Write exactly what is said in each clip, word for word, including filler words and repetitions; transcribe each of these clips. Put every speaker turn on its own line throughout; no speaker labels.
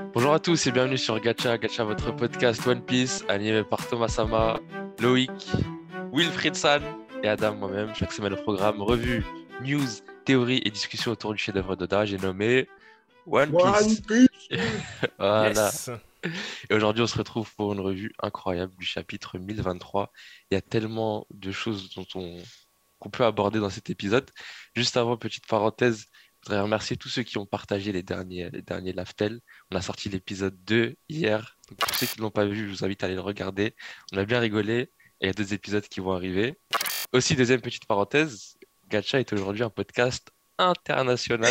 Bonjour à tous et bienvenue sur Gacha, Gacha, votre podcast One Piece, animé par Thomas Sama, Loïc, Wilfried San et Adam, moi-même. Chaque semaine au programme, revue, news, théories et discussions autour du chef-d'œuvre d'Oda. J'ai nommé One
One
Piece.
Piece.
Voilà.
Yes.
Et aujourd'hui, on se retrouve pour une revue incroyable du chapitre mille vingt-trois. Il y a tellement de choses dont on... qu'on peut aborder dans cet épisode. Juste avant, petite parenthèse, je voudrais remercier tous ceux qui ont partagé les derniers, les derniers Laftel. On a sorti l'épisode deux hier. Donc, pour ceux qui ne l'ont pas vu, je vous invite à aller le regarder. On a bien rigolé et il y a deux épisodes qui vont arriver. Aussi, deuxième petite parenthèse, Gacha est aujourd'hui un podcast international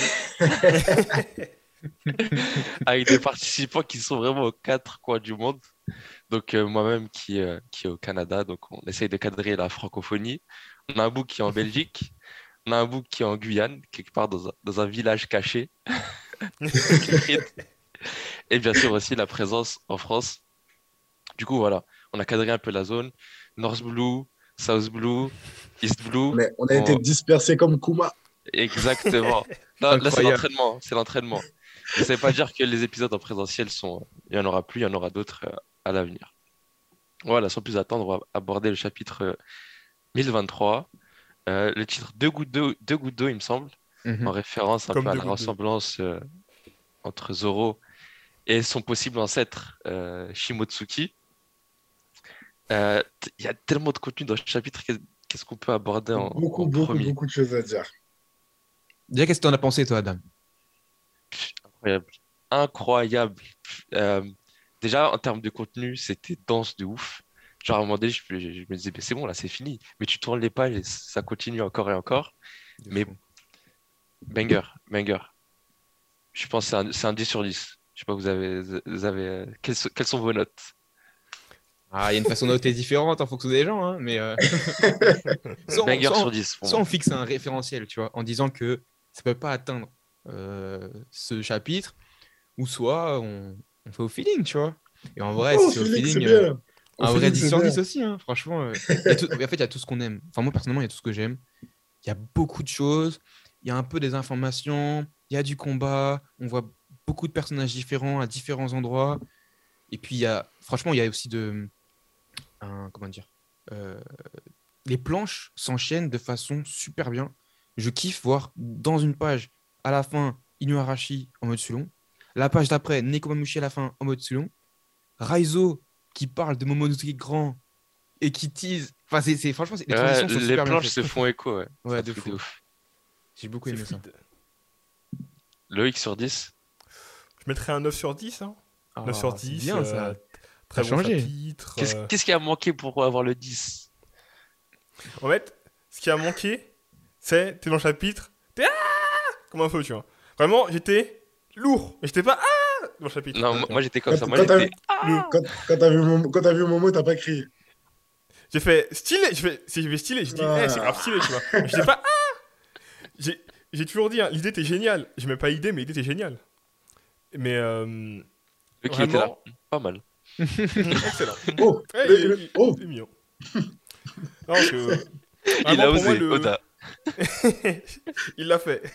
avec des participants qui sont vraiment aux quatre coins du monde. Donc, euh, moi-même qui, euh, qui est au Canada, donc on essaye de cadrer la francophonie. On a un bout qui est en Belgique, on a un bout qui est en Guyane, quelque part dans un, dans un village caché. Et bien sûr aussi la présence en France. Du coup, voilà, on a cadré un peu la zone. North Blue, South Blue, East Blue.
On, est- on a été
On-
dispersés comme Kuma.
Exactement. Là, là, c'est
Incroyable.
l'entraînement, c'est l'entraînement. Ça ne veut pas dire que les épisodes en présentiel sont... Il y en aura plus, il y en aura d'autres euh, à l'avenir. Voilà, sans plus attendre, on va aborder le chapitre euh, mille vingt-trois. Euh, le titre Deux gouttes d'eau, Deux gouttes d'eau, il me semble, en
Mhm.
référence un peu
Comme
à
deux
la
gouttes d'eau.
ressemblance euh, entre Zoro et son possible ancêtre euh, Shimotsuki. Euh, t- Il y a tellement de contenu dans ce chapitre, qu'est- qu'est-ce qu'on peut aborder en,
Beaucoup,
en
beaucoup,
premier?
beaucoup de choses à dire.
Déjà, qu'est-ce que t'en as pensé, toi, Adam?
Incroyable. Incroyable. Euh, déjà, en termes de contenu, c'était dense de ouf. Genre, à un moment donné, je, je- je me disais, mais c'est bon, là, c'est fini. Mais tu tournes les pages et ça continue encore et encore.
De
Mais
fou.
banger, banger. Je pense que c'est un, c'est un dix sur dix. Je sais pas, vous avez, vous avez, euh, quelles, sont quelles sont vos notes?
Ah, il y a une façon de noter différente en fonction des gens, hein, mais euh, soit, on,
Banger
soit on-
sur dix pour
soit on
moi.
fixe un référentiel, tu vois, en disant que ça peut pas atteindre euh, ce chapitre, ou soit on, on fait au feeling, tu vois. Et en vrai, si
Oh, au
c'est au
feeling, c'est
feeling, euh,
bien. Au
un vrai
feeling,
dix
c'est
sur
bien.
dix aussi, hein, franchement. euh, il y a tout- en fait, il y a tout ce qu'on aime. Enfin, moi, personnellement, il y a tout ce que j'aime. Il y a beaucoup de choses. Il y a un peu des informations. Il y a du combat. On voit beaucoup de personnages différents à différents endroits. Et puis, il y a, franchement, il y a aussi de, un, comment dire, euh, les planches s'enchaînent de façon super bien. Je kiffe voir dans une page, à la fin, Inuarashi en mode Sulon. La page d'après, Nekomamushi à la fin en mode Sulon. Raizo qui parle de Momonosuke grand et qui tease. Enfin, c'est, c'est- franchement, c'est- les
Ouais,
transitions sont
les
super bien
planches
faites.
se font écho, ouais. C'est
Ouais,
un
de
truc de
fou.
ouf.
J'ai beaucoup C'est aimé ça. fluide.
Loïc sur dix.
Je mettrais un neuf sur dix. Hein. neuf sur
Ah, c'est
dix,
bien
euh,
ça.
très
T'as
bon
changé.
chapitre.
Qu'est-ce
euh.
qu'est-ce qui a manqué pour avoir le dix?
En fait, ce qui a manqué, c'est, t'es dans le chapitre, t'es ah comme un feu, tu vois. Vraiment, j'étais lourd, mais j'étais pas ah dans le chapitre.
Non,
Tu
moi,
vois.
moi, j'étais comme
Quand,
ça. Moi,
quand t'as
j'étais.
Le...
quand, quand t'as vu, Momo- quand t'as vu Momo, t'as pas crié.
J'ai fait stylé, j'ai fait, si j'ai fait stylé, je dis, eh, c'est
Ah.
grave stylé, tu vois. Mais j'étais pas ah j'ai, j'ai toujours dit, hein, l'idée était géniale. Je mets pas l'idée, mais l'idée était géniale. Mais euh,
Le qui était là.
vraiment,
Pas mal.
excellent.
Oh,
Ouais,
le-
il,
le-
il-
oh.
il est mignon. Non, parce que
Il a
vraiment, pour moi,
osé,
le.
Oda.
Il l'a fait.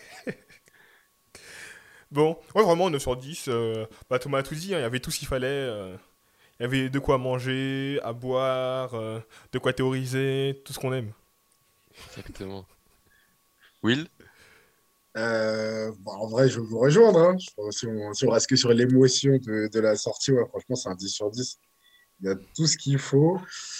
Bon, ouais, vraiment, neuf sur dix. Euh, bah, Thomas a tout dit, hein, il y avait tout ce qu'il fallait. euh, il y avait de quoi manger, à boire, euh, de quoi théoriser, tout ce qu'on aime.
Exactement. Will?
Euh, bon, en vrai, je vais vous rejoindre. Hein. Je pense, si, on, si on reste que sur l'émotion de, de la sortie, ouais, franchement, c'est un dix sur dix. Il y a tout ce qu'il faut.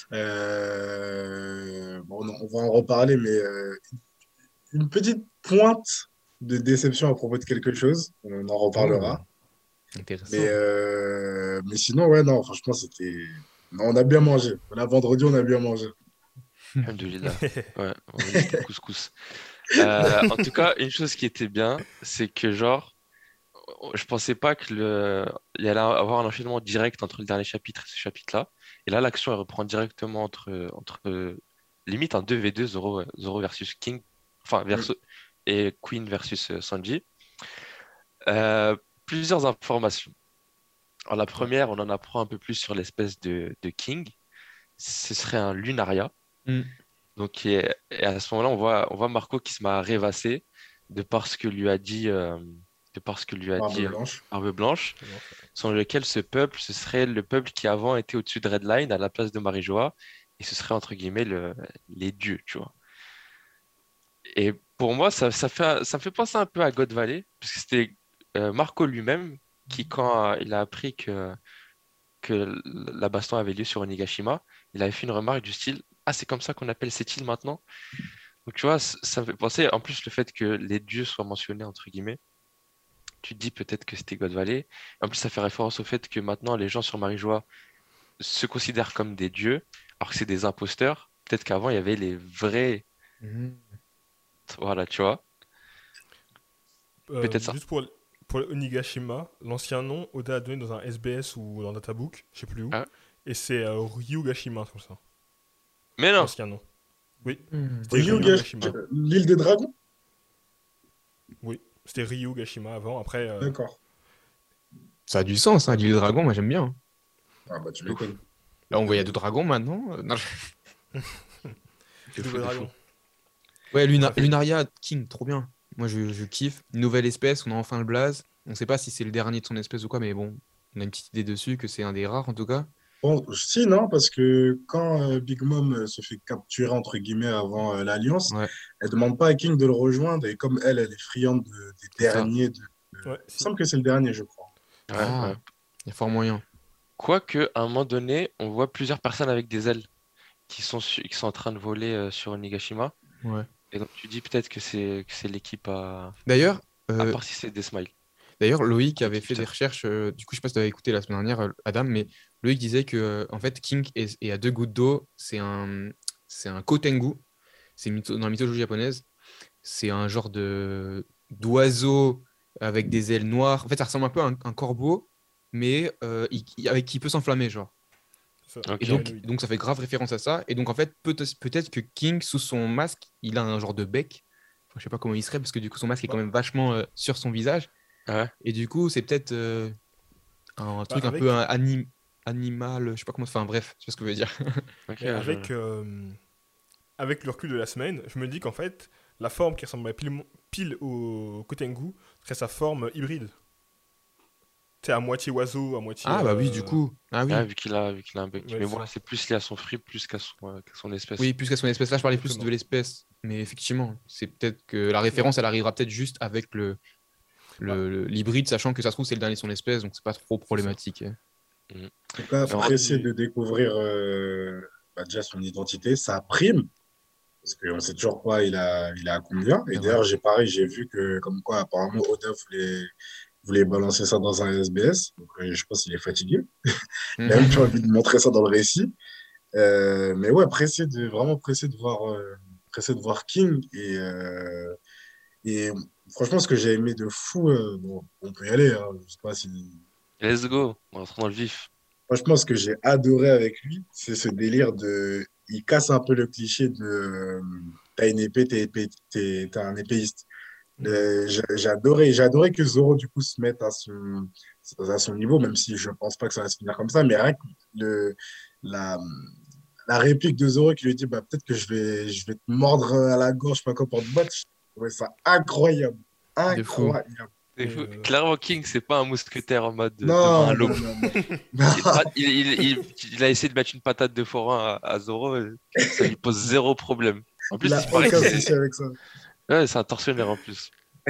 Euh, bon, on, on va en reparler, mais euh, une petite pointe de déception à propos de quelque chose. On en
Oh,
reparlera. Mais,
intéressant.
euh, mais sinon, ouais, non, franchement, c'était. Non, on a bien mangé. Là, vendredi, on a bien mangé.
Alhamdoulilah. Ouais, on va dire c'était couscous. Euh, en tout cas, une chose qui était bien, c'est que genre, je pensais pas que le... il y allait avoir un enchaînement direct entre le dernier chapitre et ce chapitre-là. Et là, l'action, elle reprend directement entre, entre limite un deux v deux, Zoro, Zoro versus King, enfin,
Mm.
versus, et Queen versus euh, Sanji. Euh, plusieurs informations. Alors, la
Ouais.
première, on en apprend un peu plus sur l'espèce de, de King. Ce serait un Lunaria.
Hmm.
Donc, et, et à ce moment-là, on voit, on voit Marco qui se met à rêvasser de par ce que lui a dit. euh, de par ce que lui a
Barbe
dit euh,
blanche.
Barbe Blanche,
C'est bon, ça.
selon lequel ce peuple, ce serait le peuple qui avant était au-dessus de Redline, à la place de Marijoa, et ce serait entre guillemets le, les dieux, tu vois. Et pour moi, ça, ça fait, ça me fait penser un peu à God Valley, parce que c'était euh, Marco lui-même qui, quand euh, il a appris que, que la baston avait lieu sur Onigashima, il avait fait une remarque du style, ah, c'est comme ça qu'on appelle cette île maintenant? Donc tu vois, c- ça me fait penser, en plus, le fait que les dieux soient mentionnés, entre guillemets, tu te dis peut-être que c'était God Valley. En plus, ça fait référence au fait que maintenant, les gens sur Marijoa se considèrent comme des dieux, alors que c'est des imposteurs. Peut-être qu'avant, il y avait les vrais.
Mhm.
Voilà, tu vois.
Euh,
Peut-être ça.
juste pour, pour le Onigashima, l'ancien nom, Oda a donné dans un S B S ou dans un databook, je sais plus où.
Ah.
Et c'est euh, Ryugashima, comme ça.
Mais non,
L'ancien nom. Oui,
Mhm.
c'était
Ryugash-
Ryugashima.
L'île des dragons?
Oui, c'était Ryugashima avant. Après, euh,
D'accord.
Ça a du sens, hein, l'île des dragons, moi j'aime bien.
Ah bah tu
de ouf.
m'étonnes.
Là, on voit, il y a deux dragons maintenant. Euh, non, je-
De fou,
Double
de
Dragon.
fou.
Ouais, Luna-
Bref.
Lunaria, King, trop bien. Moi, je, je kiffe. Une nouvelle espèce, on a enfin le blaze. On sait pas si c'est le dernier de son espèce ou quoi, mais bon, on a une petite idée dessus, que c'est un des rares en tout cas.
Bon, si, non, parce que quand euh, Big Mom euh, se fait capturer, entre guillemets, avant euh, l'Alliance,
Ouais,
elle demande pas à King de le rejoindre, et comme elle, elle est friande de- des
c'est ça.
derniers, de, de-
Ouais,
il me
si.
semble que c'est le dernier, je crois.
Ouais, ouais.
Ah, il y a fort moyen.
Quoique, à un moment donné, on voit plusieurs personnes avec des ailes qui sont, su- qui sont en train de voler euh, sur Onigashima.
Ouais.
Et donc, tu dis peut-être que c'est que c'est l'équipe à...
D'ailleurs,
À
euh,
part si c'est des smiles.
D'ailleurs, Loïc avait
Avec
fait des
Lifter.
recherches. Euh, du coup, je sais pas si tu avais écouté la semaine dernière, euh, Adam, mais Loïc disait que euh, en fait, King est, est à deux gouttes d'eau. C'est un, c'est un kotengu. C'est mytho- dans la mythologie japonaise. C'est un genre de d'oiseau avec des ailes noires. En fait, ça ressemble un peu à un, un corbeau, mais euh, il- il- avec qui peut s'enflammer, genre.
C'est ça.
Et
Ok.
donc,
Humanoïde.
donc, ça fait grave référence à ça. Et donc, en fait, peut- peut-être que King, sous son masque, il a un genre de bec. Enfin, je sais pas comment il serait, parce que du coup, son masque est quand même vachement euh, sur son visage.
Ouais.
Et du coup, c'est peut-être euh, un
Bah,
truc un peu
avec,
un anim- animal, je sais pas comment. Enfin, bref, tu vois ce que je veux dire.
Ok,
mais
je-
avec, euh, avec le recul de la semaine, je me dis qu'en fait, la forme qui ressemblerait pile, pile au Kotengu serait sa forme hybride. Tu sais, à moitié oiseau, à moitié.
Ah, bah oui,
euh,
du coup. Ah
Ouais,
oui.
vu qu'il a, vu qu'il a un bec.
Ouais,
Mais
c'est
bon, là,
ça.
c'est plus lié à son fruit, plus qu'à son, euh, qu'à son espèce.
Oui, plus qu'à son espèce. Là, je parlais plus
Exactement.
de l'espèce. Mais effectivement, c'est peut-être que la référence, elle arrivera peut-être juste avec le, le, le- l'hybride, sachant que ça se trouve, c'est le dernier de son espèce, donc c'est pas trop problématique.
Mhm.
En tout cas,
Mais en-
pressé de découvrir euh, bah, déjà son identité, sa prime, parce qu'on ne sait toujours pas il a, il a combien. Et
C'est vrai.
d'ailleurs, j'ai pareil, j'ai vu que, comme quoi, apparemment, Oda voulait, voulait balancer ça dans un S B S. Donc, euh, je pense qu'il est fatigué. Il a même pas envie de montrer ça dans le récit. Euh, mais ouais, pressé de, vraiment pressé de voir, euh, pressé de voir King. Et, euh, et franchement, ce que j'ai aimé de fou, euh, bon, on peut y aller, hein, je sais pas si.
Let's go, on rentre dans le vif.
Franchement, ce que j'ai adoré avec lui, c'est ce délire de. Il casse un peu le cliché de. euh, T'as une épée, t'es épée- t'es- t'es un épéiste.
Mhm.
Euh, j'ai j'ai adoré, j'ai adoré que Zoro, du coup, se mette à son, à son niveau, même si je pense pas que ça va se finir comme ça. Mais rien que le, la, la réplique de Zoro qui lui dit bah, peut-être que je vais, je vais te mordre à la gorge, je sais pas quoi, pour te battre. Je trouvais ça incroyable.
De fou.
Incroyable.
C'est
Et,
fou.
euh,
Clairement, King, c'est pas un mousquetaire en mode euh, demain à
Non,
l'aube.
non, non, non.
Il, ah, il- il- il- il a essayé de mettre une patate de forain à, à Zoro, euh, ça lui pose zéro problème. En plus,
Il a
il paraît que
aucun
c'est
souci avec ça.
ouais, c'est un tortionnaire en plus.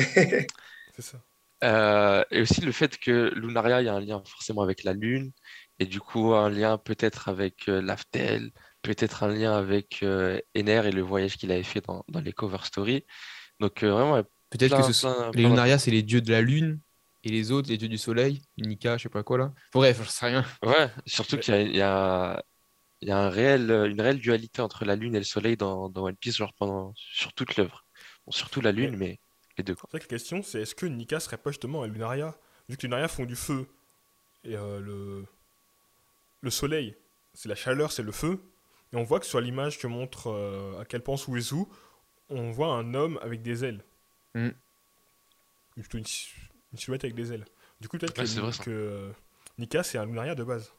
c'est ça.
Euh, et aussi le fait que Lunaria, il y a un lien forcément avec la Lune, et du coup un lien peut-être avec euh, Laftel, peut-être un lien avec euh, Ener et le voyage qu'il avait fait dans, dans les cover stories. Donc euh, vraiment, il y a
Peut-être que
plein,
ce sont-
plein,
les
plein
Lunaria,
d'infos.
c'est les dieux de la lune, et les autres, les dieux du soleil. Nika, je sais pas quoi là. Bref, je sais rien.
Ouais, surtout
Mais-
qu'il y a, il y a, il y a un réel, euh, une réelle dualité entre la Lune et le Soleil dans, dans One Piece, genre pendant, sur toute l'œuvre. Bon, surtout la Lune,
Mais
mais les deux, quoi.
c'est vrai que la question, c'est est-ce que Nika serait pas justement à Lunaria? Vu que Lunaria font du feu, et euh, le, le soleil, c'est la chaleur, c'est le feu. Et on voit que sur l'image que montre euh, à quel point Suezu, on voit un homme avec des ailes.
Mm.
Plutôt une, une silhouette avec des ailes. Du coup, peut-être
Ouais,
que,
c'est vrai, ça.
que euh, Nika, c'est un Lunaria de base.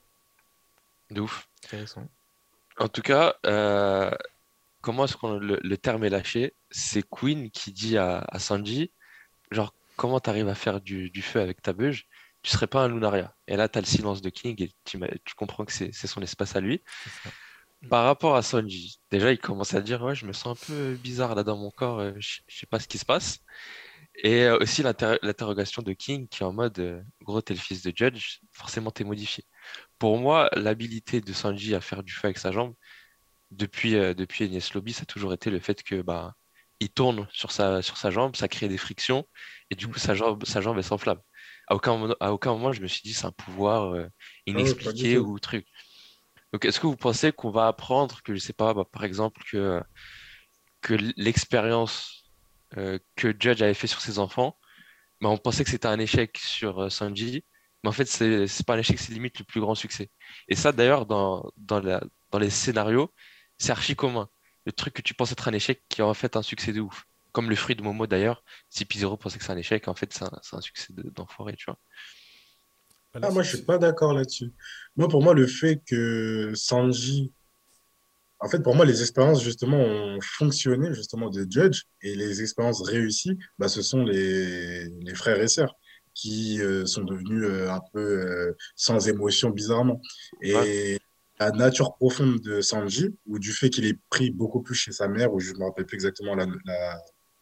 De ouf.
Intéressant.
En tout cas, euh, comment est-ce qu'on le, le terme est lâché? C'est Queen qui dit à, à Sanji, genre, comment tu arrives à faire du, du feu avec ta bûche, tu serais pas un Lunaria. Et là, tu as le silence de King et tu, m'as- tu comprends que c'est c'est son espace à lui.
C'est ça.
Par rapport à Sanji, déjà, il commence à dire, ouais, je me sens un peu bizarre là dans mon corps, euh, je je sais pas ce qui se passe. Et euh, aussi l'inter- l'interrogation de King qui est en mode, euh, gros, t'es le fils de Judge, forcément t'es modifié. Pour moi, l'habilité de Sanji à faire du feu avec sa jambe, depuis, euh, depuis Enies Lobby, ça a toujours été le fait que bah, il tourne sur sa, sur sa jambe, ça crée des frictions, et du
Mm.
coup, sa jambe, sa jambe elle s'enflamme. À aucun, moment- à aucun moment, je me suis dit, c'est un pouvoir euh,
Ah ouais, pas du
inexpliqué
tout.
ou truc. Donc, est-ce que vous pensez qu'on va apprendre que, je sais pas, bah, par exemple, que, que l'expérience euh, que Judge avait fait sur ses enfants, bah, on pensait que c'était un échec sur euh, Sanji, mais en fait, c'est c'est pas un échec, c'est limite le plus grand succès. Et ça, d'ailleurs, dans, dans la, dans les scénarios, c'est archi commun. Le truc que tu penses être un échec qui est en fait un succès de ouf. Comme le fruit de Momo d'ailleurs, si P-Zero pensait que c'est un échec, en fait, c'est un, c'est un succès de- d'enfoiré, tu vois.
Bah là,
Ah, moi,
c'est-
je suis
c'est-
pas d'accord là-dessus. Moi, pour moi, le fait que Sanji. En fait, pour moi, les expériences, justement, ont fonctionné, justement, de Judge. Et les expériences réussies, bah, ce sont les, les frères et sœurs qui euh, sont devenus euh, un peu euh, sans émotion, bizarrement.
Ouais,
Et la nature profonde de Sanji, ou du fait qu'il est pris beaucoup plus chez sa mère, ou je me rappelle plus exactement la, la,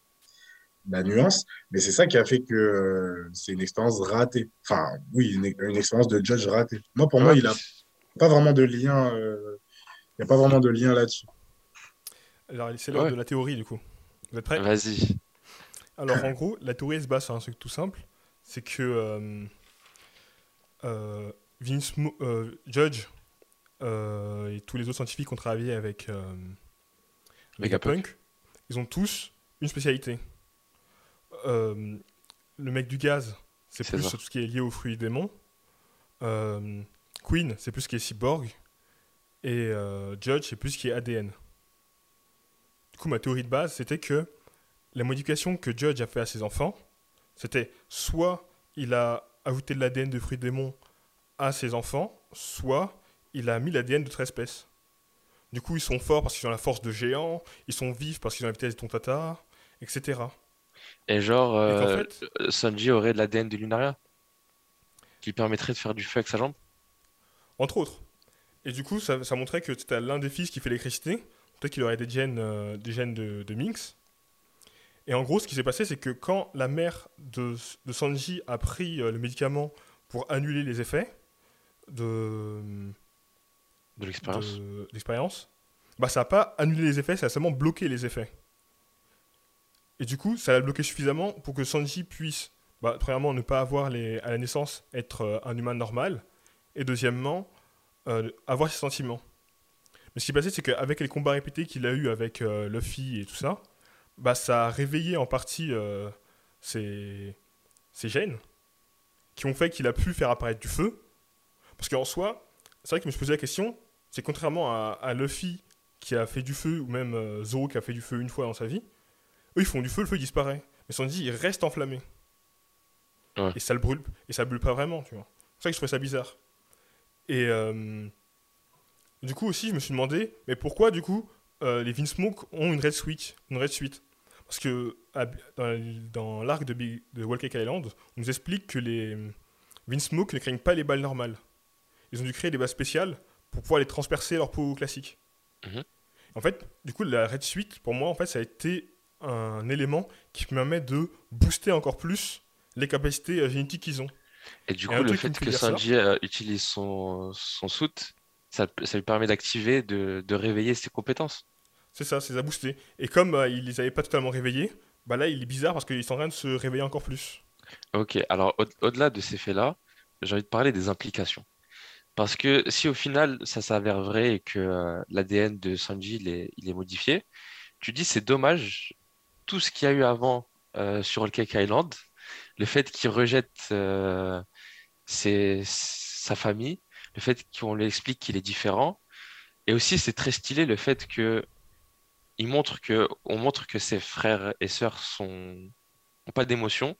la nuance, mais c'est ça qui a fait que euh, c'est une expérience ratée. Enfin, oui, une, une expérience de Judge ratée. Moi, pour moi,
ouais,
il
mais
n'a
c'est-
pas vraiment de lien, euh, il n'y a pas vraiment de lien là-dessus.
Alors, c'est l'heure
ouais,
de la théorie, du coup. Vous êtes prêts?
vas-y.
Alors, en gros, la théorie elle se base sur un truc tout simple. C'est que euh, euh, Vince Mo- euh, Judge euh, et tous les autres scientifiques qui ont travaillé avec euh,
Vegapunk.
Vegapunk, ils ont tous une spécialité. Euh, le mec du gaz, c'est plus tout
César.
ce qui est lié aux fruits des démons. Euh, Queen, c'est plus ce qui est cyborg. Et euh, Judge, c'est plus ce qui est A D N. Du coup, ma théorie de base, c'était que la modification que Judge a fait à ses enfants, c'était soit il a ajouté de l'A D N de fruits de démons à ses enfants, soit il a mis l'A D N d'autres espèces. Du coup, ils sont forts parce qu'ils ont la force de géants, ils sont vifs parce qu'ils ont la vitesse de ton tata, et cetera.
Et genre,
Et qu'en
euh,
fait,
Sanji aurait de l'A D N de Lunaria qui lui permettrait de faire du feu avec sa jambe?
entre autres, et du coup, ça, ça montrait que c'était l'un des fils qui fait l'électricité, peut-être qu'il aurait des gènes, euh, des gènes de, de Minx. Et en gros, ce qui s'est passé, c'est que quand la mère de, de Sanji a pris euh, le médicament pour annuler les effets de,
De l'expérience.
de l'expérience, bah ça n'a pas annulé les effets, ça a seulement bloqué les effets. Et du coup, ça a bloqué suffisamment pour que Sanji puisse, bah, premièrement, ne pas avoir les, à la naissance être euh, un humain normal, et deuxièmement, euh, avoir ses sentiments. Mais ce qui s'est passé, c'est qu'avec les combats répétés qu'il a eu avec euh, Luffy et tout ça, bah ça a réveillé en partie euh, ses, ses gènes, qui ont fait qu'il a pu faire apparaître du feu. Parce qu'en soi, c'est vrai que je me suis posé la question, c'est contrairement à, à Luffy qui a fait du feu, ou même euh, Zoro qui a fait du feu une fois dans sa vie, eux ils font du feu, le feu disparaît. Mais Sanji il reste enflammé.
Ouais.
Et ça le brûle, et ça brûle pas vraiment, tu vois. C'est ça que je trouvais ça bizarre. Et euh, du coup aussi, je me suis demandé, mais pourquoi du coup euh, les Vinsmoke ont une red switch, une red suite? Parce que à- dans, dans l'arc de, Big- de Whole Cake Island, on nous explique que les Vinsmoke ne craignent pas les balles normales. Ils ont dû créer des balles spéciales pour pouvoir les transpercer leur peau classique.
Mhm.
En fait, du coup, la red suite, pour moi, en fait, ça a été un élément qui permet de booster encore plus les capacités euh, génétiques qu'ils ont.
Et du
Et un
coup,
autre
le
truc qui me
fait
fait
que
dire ça,
Sanji euh, utilise son, son suit, ça, ça lui permet d'activer, de, de réveiller ses compétences.
c'est ça, c'est à booster. Et comme euh, ils les avaient pas totalement réveillés, bah là, il est bizarre parce qu'ils sont en train de se réveiller encore plus.
Ok, alors au- au-delà de ces faits-là, j'ai envie de parler des implications. Parce que si au final ça s'avère vrai et que euh, l'A D N de Sanji il est, il est modifié, tu dis c'est dommage tout ce qu'il y a eu avant euh, sur Whole Cake Island, le fait qu'il rejette euh, ses- sa famille, le fait qu'on lui explique qu'il est différent, et aussi c'est très stylé le fait que il montre que on montre que ses frères et sœurs sont ont pas d'émotion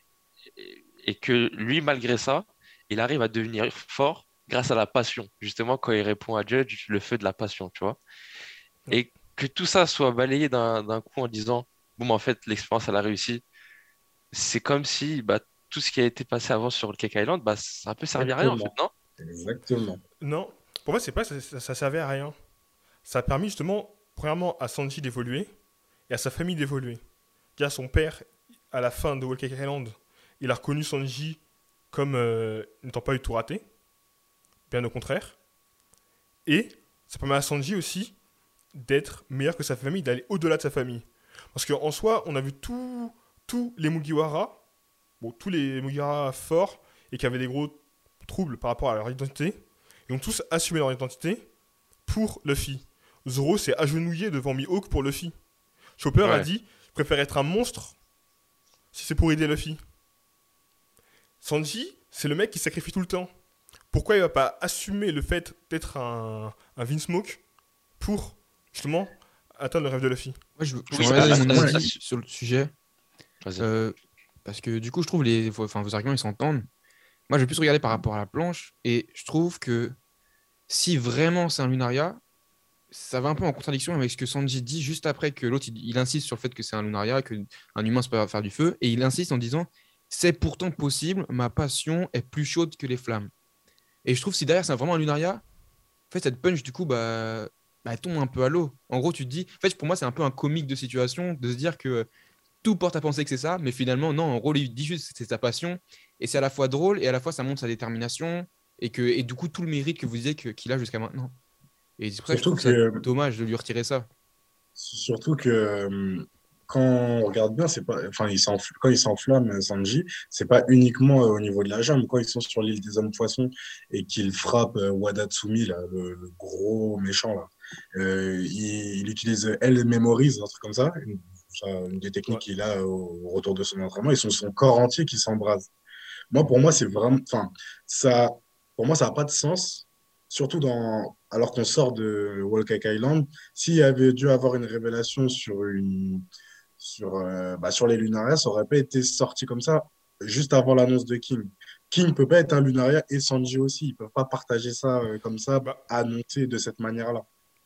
et, et que lui malgré ça, il arrive à devenir fort grâce à la passion, justement quand il répond à Judge, le feu de la passion, tu vois.
Ouais.
Et que tout ça soit balayé d'un d'un coup en disant bon, mais en fait l'expérience elle a réussi. c'est comme si bah, tout ce qui a été passé avant sur le Cake Island, bah, ça a un peu servi à rien en fait,
Exactement.
non?
Exactement.
Non, pour moi, c'est pas que ça, ça, ça servait à rien. Ça a permis justement, premièrement, à Sanji d'évoluer et à sa famille d'évoluer. Car son père, à la fin de Whole Cake Island, il a reconnu Sanji comme euh, n'étant pas du tout raté, bien au contraire. Et ça permet à Sanji aussi d'être meilleur que sa famille, d'aller au-delà de sa famille. Parce qu'en soi, on a vu tous tous les Mugiwara, bon, tous les Mugiwara forts et qui avaient des gros troubles par rapport à leur identité, ils ont tous assumé leur identité pour Luffy. Zoro s'est agenouillé devant Mihawk pour Luffy. Chopper a
Ouais,
dit je préfère être un monstre si c'est pour aider Luffy. Sanji, c'est le mec qui sacrifie tout le temps. Pourquoi il va pas assumer le fait d'être un, un Vinsmoke pour justement atteindre le rêve de Luffy?
Moi, je, je
oui,
voudrais
à-
donner
à-
mon
à-
Ouais.
à-
avis sur le sujet.
vas-y.
euh, Parce que du coup, je trouve les, enfin, vos arguments, ils s'entendent. Moi, je vais plus regarder par rapport à la planche. Et je trouve que si vraiment c'est un Lunaria, ça va un peu en contradiction avec ce que Sanji dit juste après que l'autre, il, il insiste sur le fait que c'est un Lunaria, qu'un humain, ça peut faire du feu. Et il insiste en disant, c'est pourtant possible, ma passion est plus chaude que les flammes. Et je trouve si derrière, c'est vraiment un Lunaria, en fait, cette punch, du coup, bah, bah, elle tombe un peu à l'eau. En gros, tu te dis, en fait, pour moi, c'est un peu un comique de situation de se dire que tout porte à penser que c'est ça, mais finalement, non, en gros, il dit juste que c'est sa passion. Et c'est à la fois drôle et à la fois, ça montre sa détermination. Et, que, et du coup, tout le mérite que vous disiez que- qu'il a jusqu'à maintenant. Et c'est pour ça que je
Surtout
trouve ça
que,
dommage de lui retirer ça.
surtout que euh, quand on regarde bien, c'est pas, enfin, il s'enfl- quand il s'enflamme, euh, Sanji, c'est pas uniquement euh, au niveau de la jambe. Quand ils sont sur l'île des hommes poissons et qu'il frappe euh, Wadatsumi, là, le, le gros méchant, là, euh, il, il utilise Elle Memories, un truc comme ça, une, ça, une des techniques
Ouais.
qu'il a au, au retour de son entraînement, et son, son corps entier qui s'embrase. Moi, pour moi, c'est vraiment, enfin, ça, pour moi, ça n'a pas de sens, surtout dans, alors qu'on sort de Whole Cake Island. S'il y avait dû avoir une révélation sur une, sur, euh, bah, sur les Lunaria, ça aurait pas été sorti comme ça juste avant l'annonce de King. King peut pas être un Lunaria et Sanji aussi. Ils peuvent pas partager ça euh, comme ça,
Bah,
annoncé de cette manière-là.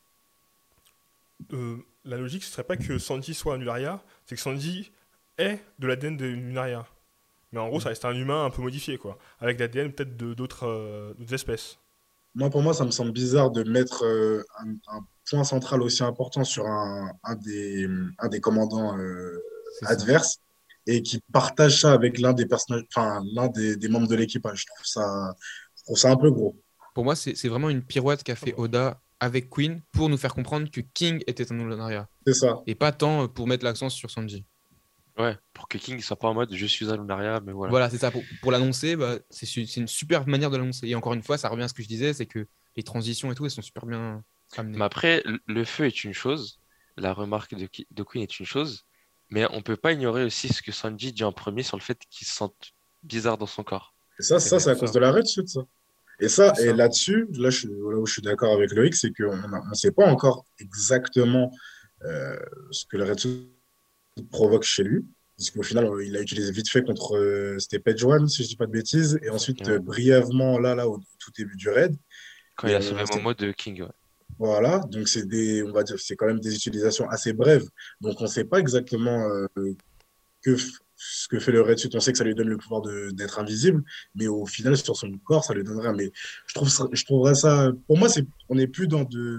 euh, la logique, ce serait pas que Sanji soit un Lunaria, c'est que Sanji est de l'A D N de Lunaria. Mais en gros, ça reste un humain un peu modifié, quoi. Avec l'A D N peut-être de- d'autres euh, d'autres espèces.
Moi, pour moi, ça me semble bizarre de mettre euh, un, un point central aussi important sur un, un des, un des commandants euh,
C'est ça.
adverses et qui partage ça avec l'un des personnages, enfin, l'un des, des membres de l'équipage. Je trouve ça, je trouve ça un peu gros.
Pour moi, c'est c'est vraiment une pirouette qu'a
Ah
fait
bah.
Oda avec Queen pour nous faire comprendre que King était un Lunaria.
C'est ça.
Et pas tant pour mettre l'accent sur Sanji.
Ouais, pour que King soit pas en mode je suis un Lunaria, mais voilà.
Voilà, c'est ça. Pour, pour l'annoncer, bah, c'est su- c'est une super manière de l'annoncer. Et encore une fois, ça revient à ce que je disais, c'est que les transitions et tout, elles sont super bien amenées.
Mais après, le le feu est une chose, la remarque de, Ki- de Queen est une chose, mais on peut pas ignorer aussi ce que Sanji dit en premier sur le fait qu'il se sente bizarre dans son corps.
Et ça,
C'est
ça,
vrai.
c'est à cause
Ça,
de la Red Suit, ça. Et ça,
c'est
et
ça.
là-dessus, là, je, suis- là où je suis d'accord avec Loïc, c'est qu'on ne sait pas encore exactement euh, ce que la Red Suit provoque chez lui. Parce qu'au final, euh, il l'a utilisé vite fait contre. Euh, c'était Page One, si je dis pas de bêtises. Et
C'est ça.
ensuite,
Ouais.
euh, brièvement, là, là, au tout début du raid.
Quand il
Et
a sauvé
on sait,
Momo de King, ouais.
voilà. Donc, c'est des, on va dire, c'est quand même des utilisations assez brèves. Donc, on ne sait pas exactement euh, que, f- ce que fait le Red Suit. On sait que ça lui donne le pouvoir de- d'être invisible. Mais au final, sur son corps, ça lui donnerait. Mais je trouve ça, je trouverais ça. Pour moi, c'est, on n'est plus dans de.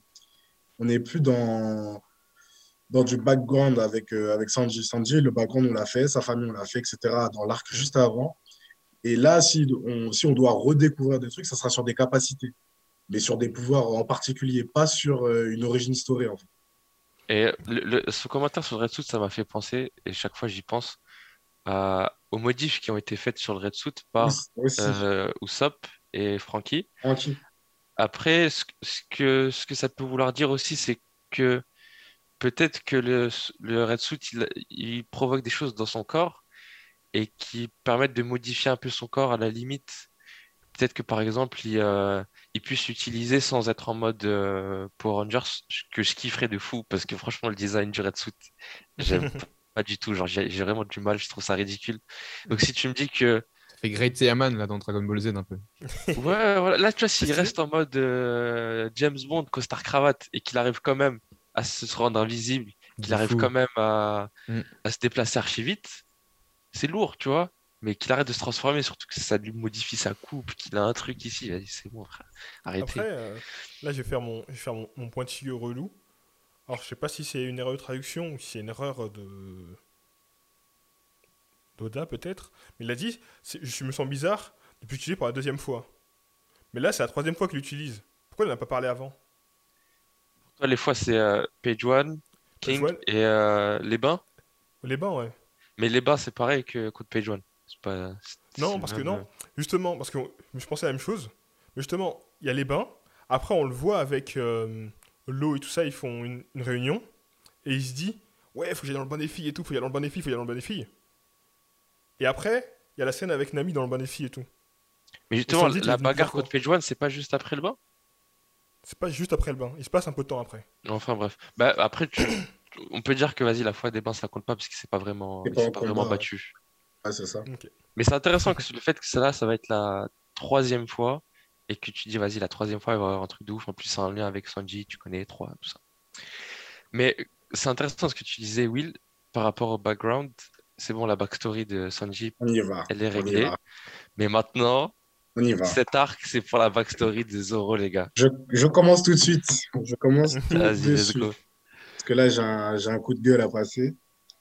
On n'est plus dans dans du background avec, euh, avec Sanji. Sanji, le background, on l'a fait, sa famille, on l'a fait, et cetera, dans l'arc
Mm.
juste avant. Et là, si on, si on doit redécouvrir des trucs, ça sera sur des capacités, mais sur des pouvoirs en particulier, pas sur euh, une origin story, en fait.
Et le, le- ce commentaire sur le Red Suit, ça m'a fait penser, et chaque fois j'y pense, à- aux modifs qui ont été faites sur le Red Suit
Oui,
par
aussi,
euh, Usopp et Frankie.
tranquille.
Après, ce, ce que, ce que ça peut vouloir dire aussi, c'est que peut-être que le, le Red Suit, il, il provoque des choses dans son corps et qui permettent de modifier un peu son corps à la limite. Peut-être que par exemple, il, euh, il puisse l'utiliser sans être en mode euh, Power Rangers, que je kifferais de fou, parce que franchement, le design du Red Suit, j'aime pas du tout. Genre, j'ai j'ai vraiment du mal, je trouve ça ridicule. Donc si tu me dis que,
Ça fait Great Saiyaman là dans Dragon Ball Z un peu.
ouais, voilà, là, tu vois,
C'est
s'il
stylé.
reste en mode euh, James Bond, costard cravate, et qu'il arrive quand même à se rendre invisible, qu'il
De
arrive
fou.
quand même à,
Mm.
à se déplacer archi vite, c'est lourd, tu vois. Mais qu'il arrête de se transformer, surtout que ça lui modifie sa coupe, qu'il a un truc ici. Vas-y, c'est bon, frère.
Après,
Arrêtez.
euh, là, je vais faire mon, je vais faire mon, mon pointilleux relou. Alors, je sais pas si c'est une erreur de traduction ou si c'est une erreur de d'Oda peut-être. Mais il a dit, c'est- je me sens bizarre depuis que tu l'as pour la deuxième fois. Mais là, c'est la troisième fois qu'il l'utilise. Pourquoi il n'en a pas parlé avant?
Toi, les fois, c'est euh, Page One,
Page
King
One,
et euh, les bains.
les bains, ouais.
Mais les bains, c'est pareil que contre Page One. C'est pas. C'est c'est
Non,
le
parce que
même.
non.
euh,
Justement, parce que je pensais à la même chose. Mais justement, il y a les bains. Après, on le voit avec euh, l'eau et tout ça. Ils font une, une réunion. Et il se dit, ouais, faut que j'aille dans le bain des filles et tout. Faut que j'aille dans le bain des filles, faut que j'aille dans le bain des filles. Et après, il y a la scène avec Nami dans le bain des filles et tout.
Mais
Et
justement,
Sanji, il est
la
venu plusieurs
bagarre
fois.
contre Page One, c'est pas juste après le bain?
C'est pas juste après le bain. Il se passe un peu de temps après.
Enfin bref. Bah après, tu... on peut dire que vas-y, la fois des bains, ça compte pas parce qu'il s'est pas vraiment,
C'est
il
pas
s'est
un
pas vraiment
combat.
battu.
Ouais, c'est ça.
Ok.
Mais c'est intéressant que le fait que celle-là, ça va être la troisième fois et que tu dis, vas-y, la troisième fois, il va y avoir un truc de ouf. En plus, c'est un lien avec Sanji, tu connais trois, tout ça. Mais c'est intéressant ce que tu disais, Will, par rapport au background. C'est bon, la backstory de Sanji,
On y va.
elle est
On y
réglée.
va.
Mais maintenant,
On y va.
cet arc, c'est pour la backstory de Zoro, les gars.
Je, je commence tout de suite. Je commence tout
Vas-y,
de
let's
suite.
go.
Parce que là, j'ai un, j'ai un coup de gueule à passer.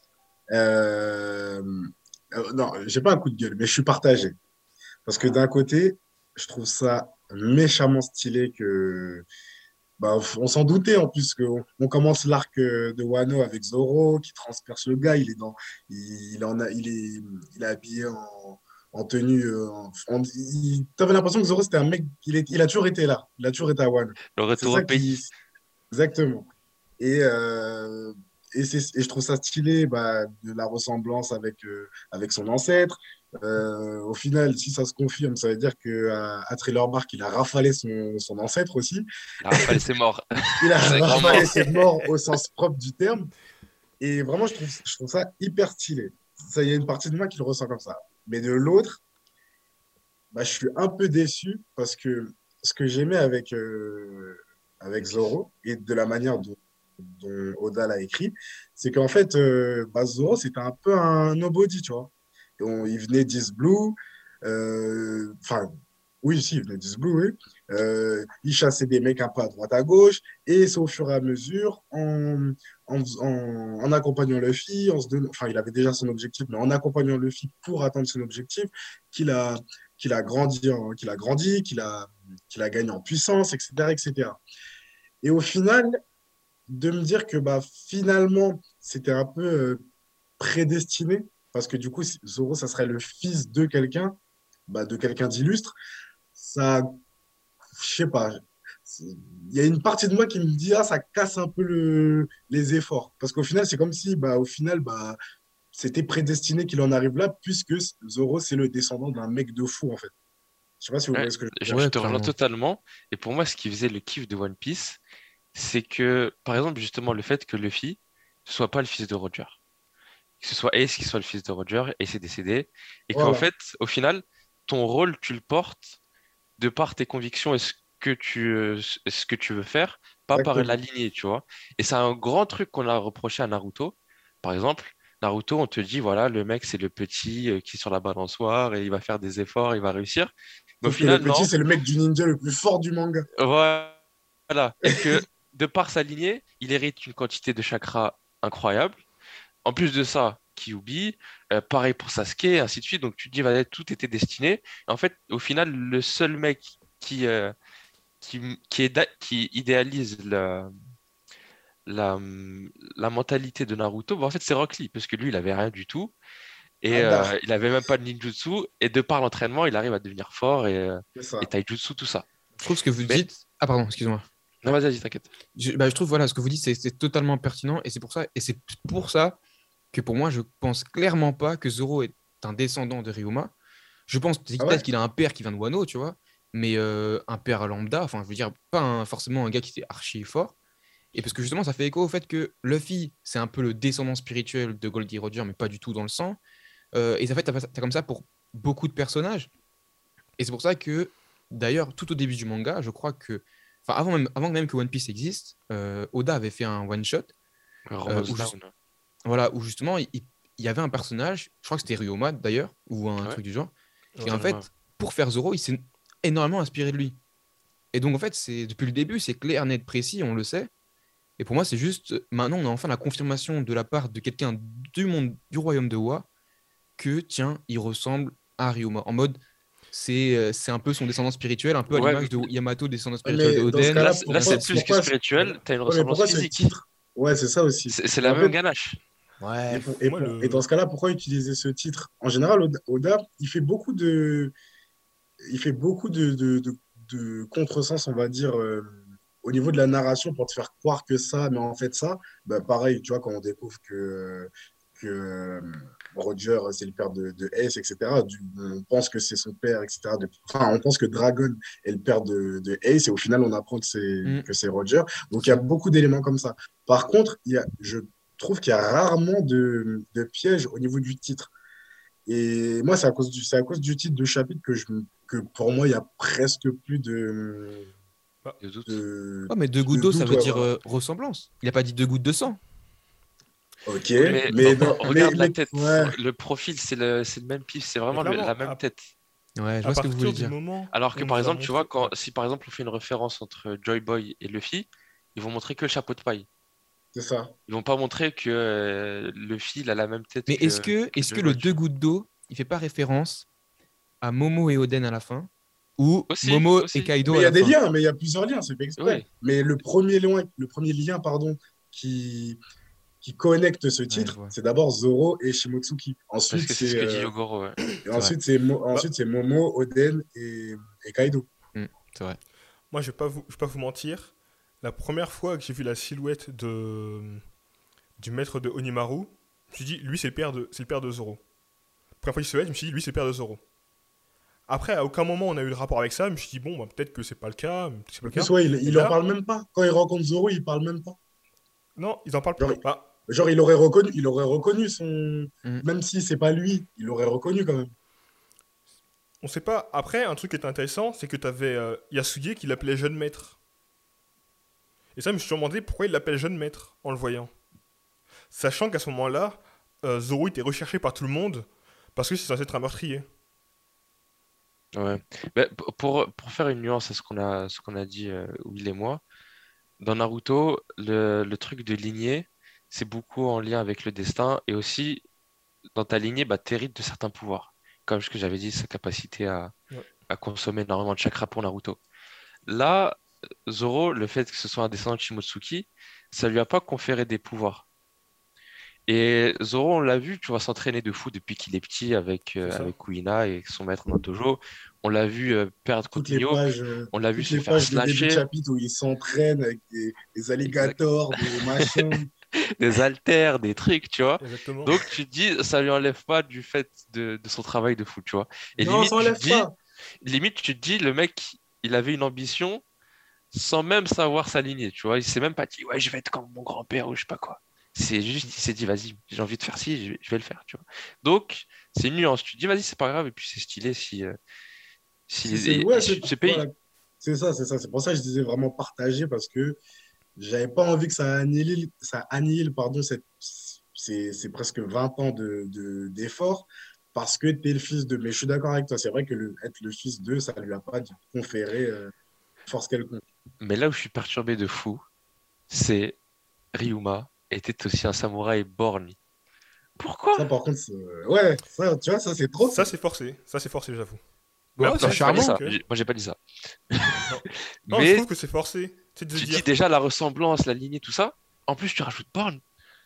Euh, euh, non, j'ai pas un coup de gueule, mais je suis partagé. Parce que d'un côté, je trouve ça méchamment stylé que. Bah, on s'en doutait en plus qu'on on commence l'arc euh, de Wano avec Zoro qui transperce le gars. Il est dans, il, il en a, il est, il est habillé en, en tenue. euh, en, en- il- T'avais l'impression que Zoro c'était un mec. Il, est, il a toujours été là. Il a toujours été à Wano.
Le
C'est
retour au
ça
pays.
qui, exactement. Et, euh, et, c'est- et je trouve ça stylé bah, de la ressemblance avec, euh, avec son ancêtre. Euh, au final, si ça se confirme, ça veut dire qu'à à Trailer Park, il a rafalé son, son ancêtre aussi.
La rafale, c'est mort.
Il a
C'est grand
rafalé
mort.
ses morts au sens propre du terme. Et vraiment, je trouve, je trouve ça hyper stylé. Ça, il y a une partie de moi qui le ressent comme ça. Mais de l'autre, bah, je suis un peu déçu parce que ce que j'aimais avec, euh, avec
One Piece.
Zoro et de la manière dont, dont Oda l'a écrit, c'est qu'en fait, euh, bah, Zoro, c'était un peu un nobody, tu vois. Et on- il venait d'East Blue, euh, enfin, oui, si, il venait d'East Blue, oui. Euh, il chassait des mecs un peu à droite à gauche, et c'est au fur et à mesure, en, en, en, en accompagnant Luffy, en se donnant- enfin, il avait déjà son objectif, mais en accompagnant Luffy pour atteindre son objectif, qu'il a, qu'il a grandi, en- qu'il a grandi, qu'il a, qu'il a gagné en puissance, et cetera, et cetera. Et au final, de me dire que bah, finalement, c'était un peu euh, prédestiné, parce que du coup, si Zoro, ça serait le fils de quelqu'un, bah, de quelqu'un d'illustre, ça, je sais pas, c'est- il y a une partie de moi qui me dit, ah, ça casse un peu le, les efforts. Parce qu'au final, c'est comme si, bah, au final, bah, c'était prédestiné qu'il en arrive là, puisque Zoro, c'est le descendant d'un mec de fou, en fait. Je sais pas si vous
Ouais,
voyez ce que je veux
je,
dire.
je
Ouais,
te rejoins
clairement.
totalement. Et pour moi, ce qui faisait le kiff de One Piece, c'est que, par exemple, justement, le fait que Luffy ne soit pas le fils de Roger. Que ce soit Ace qui soit le fils de Roger, Ace est décédé. Et qu'en
Voilà,
fait, au final, ton rôle, tu le portes de par tes convictions et ce que tu, euh, ce que tu veux faire, pas par la
exactement.
lignée, tu vois. Et c'est un grand truc qu'on a reproché à Naruto. Par exemple, Naruto, on te dit, voilà, le mec, c'est le petit euh, qui est sur la balançoire et il va faire des efforts, il va réussir. Mais au
Sauf que le
final,
petit,
non.
c'est le mec du ninja le plus fort du manga.
Voilà. Et que de par sa lignée, il hérite une quantité de chakra incroyable. En plus de ça, Kyuubi, euh, pareil pour Sasuke, et ainsi de suite. Donc tu te dis, voilà, tout était destiné. En fait, au final, le seul mec qui, euh, qui, qui, est da- qui idéalise la, la, la mentalité de Naruto, bah, en fait, c'est Rock Lee, parce que lui, il avait rien du tout. Et
Hadar,
euh, il avait même pas de ninjutsu. Et de par l'entraînement, il arrive à devenir fort et, euh,
c'est
et
ça.
taijutsu, tout ça.
Je trouve ce que vous
Mais,
dites. Ah, pardon, excuse-moi.
non, vas-y, vas-y, t'inquiète.
Je, bah, je trouve, voilà, ce que vous dites, c'est c'est totalement pertinent. Et c'est pour ça, et c'est pour ça que pour moi, je pense clairement pas que Zoro est un descendant de Ryuma. Je pense
Ah
peut-être
ouais?
qu'il a un père qui vient de Wano, tu vois, mais euh, un père lambda, enfin, je veux dire, pas un- forcément un gars qui était archi fort. Et parce que justement, ça fait écho au fait que Luffy, c'est un peu le descendant spirituel de Goldie Roger, mais pas du tout dans le sang. Euh, et ça fait, t'as, t'as comme ça pour beaucoup de personnages. Et c'est pour ça que, d'ailleurs, tout au début du manga, je crois que, enfin, avant même, avant même que One Piece existe, euh, Oda avait fait un one-shot euh,
Romance
où, juste-
Down.
voilà, où justement, il, il- il y avait un personnage, je crois que c'était Ryoma d'ailleurs, ou un
Ouais.
truc du genre,
Ouais.
et en fait,
Ryoma.
pour faire Zoro, il s'est énormément inspiré de lui. Et donc, en fait, c'est depuis le début, c'est clair, net, précis, on le sait. Et pour moi, c'est juste, maintenant, on a enfin la confirmation de la part de quelqu'un du monde, du royaume de Wa, que, tiens, il ressemble à Ryoma. En mode, c'est euh, c'est un peu son descendant spirituel, un peu à
Ouais,
l'image de Yamato, descendant
Ouais,
spirituel de
mais dans ce
Oden.
Là,
cas-là,
c'est-
et
là,
ainsi
pourquoi,
c'est
de
plus
suite.
que
pourquoi,
spirituel, t'as une
ouais, mais
ressemblance
pourquoi ce
physique.
titre? Ouais, c'est ça aussi.
C'est c'est
Mais
la
en
même
fait,
ganache.
et,
Ouais.
pour- et,
Moi,
pour-
le...
et dans ce cas-là, pourquoi utiliser ce titre? En général, Oda, Oda, il fait beaucoup de, il fait beaucoup de, de, de, de contresens, on va dire, euh, au niveau de la narration pour te faire croire que ça, mais en fait ça, bah, pareil, tu vois, quand on découvre que, que euh, Roger, c'est le père de, de Ace, et cetera, du- on pense que c'est son père, et cetera. de- enfin, on pense que Dragon est le père de, de Ace, et au final, on apprend que c'est
Mm,
que c'est Roger. Donc, il y
c'est
a
ça.
beaucoup d'éléments comme ça. Par contre, il y a, je trouve qu'il y a rarement de, de pièges au niveau du titre. Et moi, c'est à cause du, c'est à cause du titre de chapitre que, je, que pour moi, il y a presque plus de,
Bah,
De doute.
de,
Ouais, mais deux gouttes
de
d'eau, ça
doute.
veut
Ouais,
dire
voilà.
euh, ressemblance. Il n'a pas dit deux gouttes de sang.
Ok,
Oui, mais
mais,
oh,
dans,
oh,
mais,
regarde la
mais
tête.
ouais,
Le profil, c'est le, c'est le même pif. C'est
mais
vraiment le-
clairement,
la même
à,
tête.
Ouais, je
à
vois ce que vous
partir
voulez
du
dire.
moment
Alors
où
que
on
par
nous a
exemple, tu vois,
montré...
quand,
Ouais.
si par exemple on fait une référence entre Joy Boy et Luffy, ils vont montrer que le chapeau de paille.
c'est ça.
Ils vont pas montrer que euh, Luffy il a la même tête
Mais est-ce
que,
que,
que
est-ce que
Joy
le
Boy, tu
deux
vois.
gouttes d'eau, il fait pas référence à Momo et Oden à la fin, ou
Aussi,
Momo et
aussi.
Kaido
Mais
à
il y a
la
des
fin?
liens, mais il y a plusieurs liens, c'est fait exprès.
Oui.
Mais le premier lien, le premier lien, pardon, qui, qui connecte ce
Ouais, je
titre,
vois.
c'est d'abord Zoro et Shimotsuki.
Parce
Ensuite,
que c'est ce
c'est
que dit
euh,
Yogoro, ouais.
et
C'est vrai.
ensuite c'est Mo-
Bah,
ensuite c'est Momo, Oden et, et Kaido.
Mm, c'est vrai.
moi, je vais pas vous, je vais pas vous mentir. La première fois que j'ai vu la silhouette de, du maître de Onimaru, je me suis dit, lui, c'est le père de, c'est le père de Zoro. La première fois qu'il se lève, je me suis dit, lui, c'est le père de Zoro. Après, à aucun moment on a eu le rapport avec ça. Je me suis dit, bon, bah, peut-être que c'est pas le cas. peut-être que c'est pas
En
le cas.
plus, ouais, il,
Et
il en
là,
parle même pas. Quand il rencontre Zoro, il parle même pas.
non, ils en parlent.
Genre,
Bah,
genre il aurait reconnu, il aurait reconnu son,
Mm.
même si c'est pas lui, il aurait reconnu quand même.
on sait pas. Après, un truc qui est intéressant, c'est que t'avais euh, Yasuge qui l'appelait jeune maître. Et ça, je me suis toujours demandé pourquoi il l'appelle jeune maître en le voyant. Sachant qu'à ce moment-là, euh, Zoro était recherché par tout le monde parce que c'est censé être un meurtrier.
Ouais. Mais p- pour, pour faire une nuance à ce qu'on a, ce qu'on a dit, euh, Will et moi, dans Naruto, le, le truc de lignée, c'est beaucoup en lien avec le destin et aussi dans ta lignée, bah, t'hérites de certains pouvoirs. Comme ce que j'avais dit, sa capacité à,
Ouais.
à consommer énormément de chakra pour Naruto. Là, Zoro, le fait que ce soit un descendant de Shimotsuki, ça lui a pas conféré des pouvoirs. Et Zoro, on l'a vu, tu vois, s'entraîner de fou depuis qu'il est petit avec, euh,
C'est ça.
avec Kuina et son maître dans le dojo. On l'a vu euh, perdre
Toutes
contre
les
Mio.
pages, euh,
On l'a vu
toutes
se
les
faire
pages de début de
slasher,
chapitre où il s'entraîne avec des, des
exact,
alligators, des machins.
des haltères, des trucs, tu vois.
Exactement.
Donc tu te dis, ça lui enlève pas du fait de, de son travail de fou, tu vois. Et
Non,
limite,
ça
tu te
enlève
dis,
pas.
limite, tu te dis, le mec, il avait une ambition sans même savoir s'aligner, tu vois. Il s'est même pas dit, ouais, je vais être comme mon grand-père ou je sais pas quoi. C'est juste, il s'est dit, vas-y, j'ai envie de faire ci, je vais, je vais le faire, tu vois. Donc, c'est une nuance. Tu te dis, vas-y, c'est pas grave, et puis c'est stylé si, euh, si
Si c'est
et-
ouais,
et
c'est
ce
voilà.
pays.
C'est ça, c'est ça. C'est pour ça que je disais vraiment partager parce que j'avais pas envie que ça annihile, ça annihile pardon, cette, c'est, c'est presque vingt ans de, de, d'efforts parce que tu es le fils de. Mais je suis d'accord avec toi. C'est vrai que le, être le fils de, ça lui a pas conféré euh, force quelconque.
Mais là où je suis perturbé de fou, c'est Ryuma était aussi un samouraï borgne. Pourquoi?
Ça, par contre, c'est- ouais, ça, tu vois, ça, c'est trop.
Ça,
Ça.
c'est forcé. Ça, c'est forcé, j'avoue.
Ouais,
Non,
c'est
j'ai pas dit
charmant.
ça.
Ok.
J'ai- Moi, j'ai pas dit ça.
Non. Non, je
Mais
trouve que c'est forcé. C'est de se
tu dis
dire.
déjà la ressemblance, la lignée, tout ça. En plus, tu rajoutes borgne.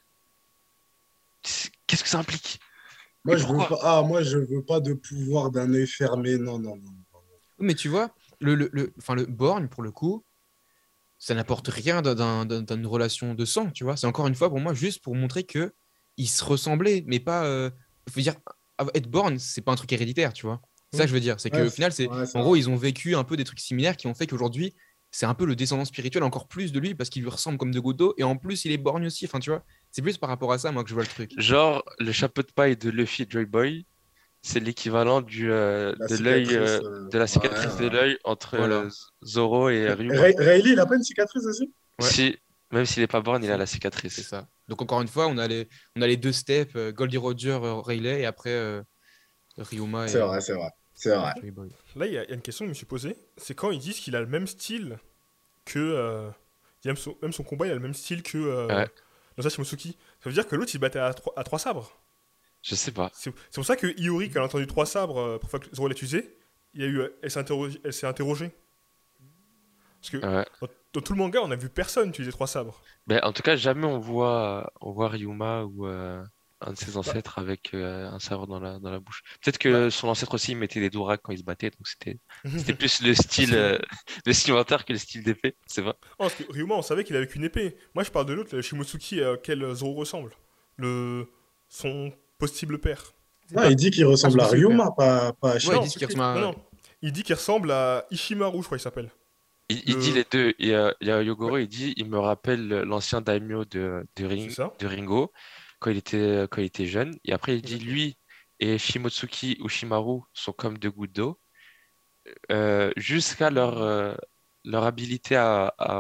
Qu'est-ce que ça implique?
Moi,
Et
je veux
pourquoi?
pas. Ah, moi, je veux pas de pouvoir d'un œil fermé. Non, non, non.
Mais tu vois, le, le, le, enfin, le borgne, pour le coup, ça n'apporte rien d'un- d'un- d'un- d'une relation de sang, tu vois. C'est encore une fois pour moi juste pour montrer que ils se ressemblaient, mais pas. Euh, je veux dire, être borgne, c'est pas un truc héréditaire, tu vois. C'est ça que je veux dire. C'est
Ouais,
qu'au final, c'est
ouais,
en
ça.
gros, ils ont vécu un peu des trucs similaires qui ont fait qu'aujourd'hui, c'est un peu le descendant spirituel encore plus de lui parce qu'il lui ressemble comme de gouttes d'eau et en plus, il est borgne aussi. Enfin, tu vois, c'est plus par rapport à ça, moi, que je vois le truc.
Genre, le chapeau de paille de Luffy et Joy Boy, c'est l'équivalent du, euh,
La
de l'œil, euh,
cicatrice. euh,
de la
ouais,
cicatrice de
ouais.
l'œil entre
Voilà.
euh, Zoro et Ryuma.
Ray- Rayleigh, il a pas une cicatrice aussi?
Ouais.
Si, même s'il est pas borgne, il a
Si.
la
C'est
cicatrice.
ça. Donc encore une fois, on a les, on a les deux steps, euh, Goldie Roger, euh, Rayleigh, et après euh, Ryuma
C'est
et
vrai, c'est vrai. C'est vrai.
Joey Boy.
Là, il y, a il y a une question que je me suis posée. C'est quand ils disent qu'il a le même style que. Euh, il a même, son, même son combat, il a le même style que euh,
Ouais.
Masashi Mosuki. Ça veut dire que l'autre, il battait à trois, à trois sabres.
Je sais pas.
C'est c'est pour ça que Iori, quand elle a entendu trois sabres, euh, pour que Zoro l'a utilisé, il y a eu, euh, elle s'est interrogée. Elle s'est interrogée. Parce que
Ouais.
dans, dans tout le manga, on a vu personne utiliser trois sabres.
Ben, en tout cas, jamais on voit, on voit Ryuma ou euh, un de ses
Bah,
ancêtres avec euh, un sabre dans la, dans la bouche. Peut-être
bah,
que son ancêtre aussi il mettait des dourags quand il se battait, donc c'était c'était
oh,
plus le style,
c'est
euh,
vrai.
le style menteur que le style d'épée, c'est vrai.
Oh, parce que Ryuma, on savait qu'il avait qu'une épée. Moi, je parle de l'autre, le Shimotsuki, euh, auquel Zoro ressemble. Le... Son possible père.
C'est
Non,
pas.
il dit qu'il
Ah,
ressemble
son
à
super.
Ryuma, pas, pas à
Ouais, ils
Shima.
Non,
disent qu'il ressemble
non,
à.
non. Il dit qu'il ressemble à Ishimaru, je crois qu'il s'appelle.
Il, il dit
Le...
les deux. Il y a, il y a Yogoro,
Ouais,
il dit, il me rappelle l'ancien daimyo de, de,
c'est
Ring-
ça.
de Ringo quand il était, quand il était jeune. Et après, il dit
Exactement.
lui et Shimotsuki ou Shimaru sont comme deux gouttes d'eau, euh, jusqu'à leur, euh, leur habilité à, à,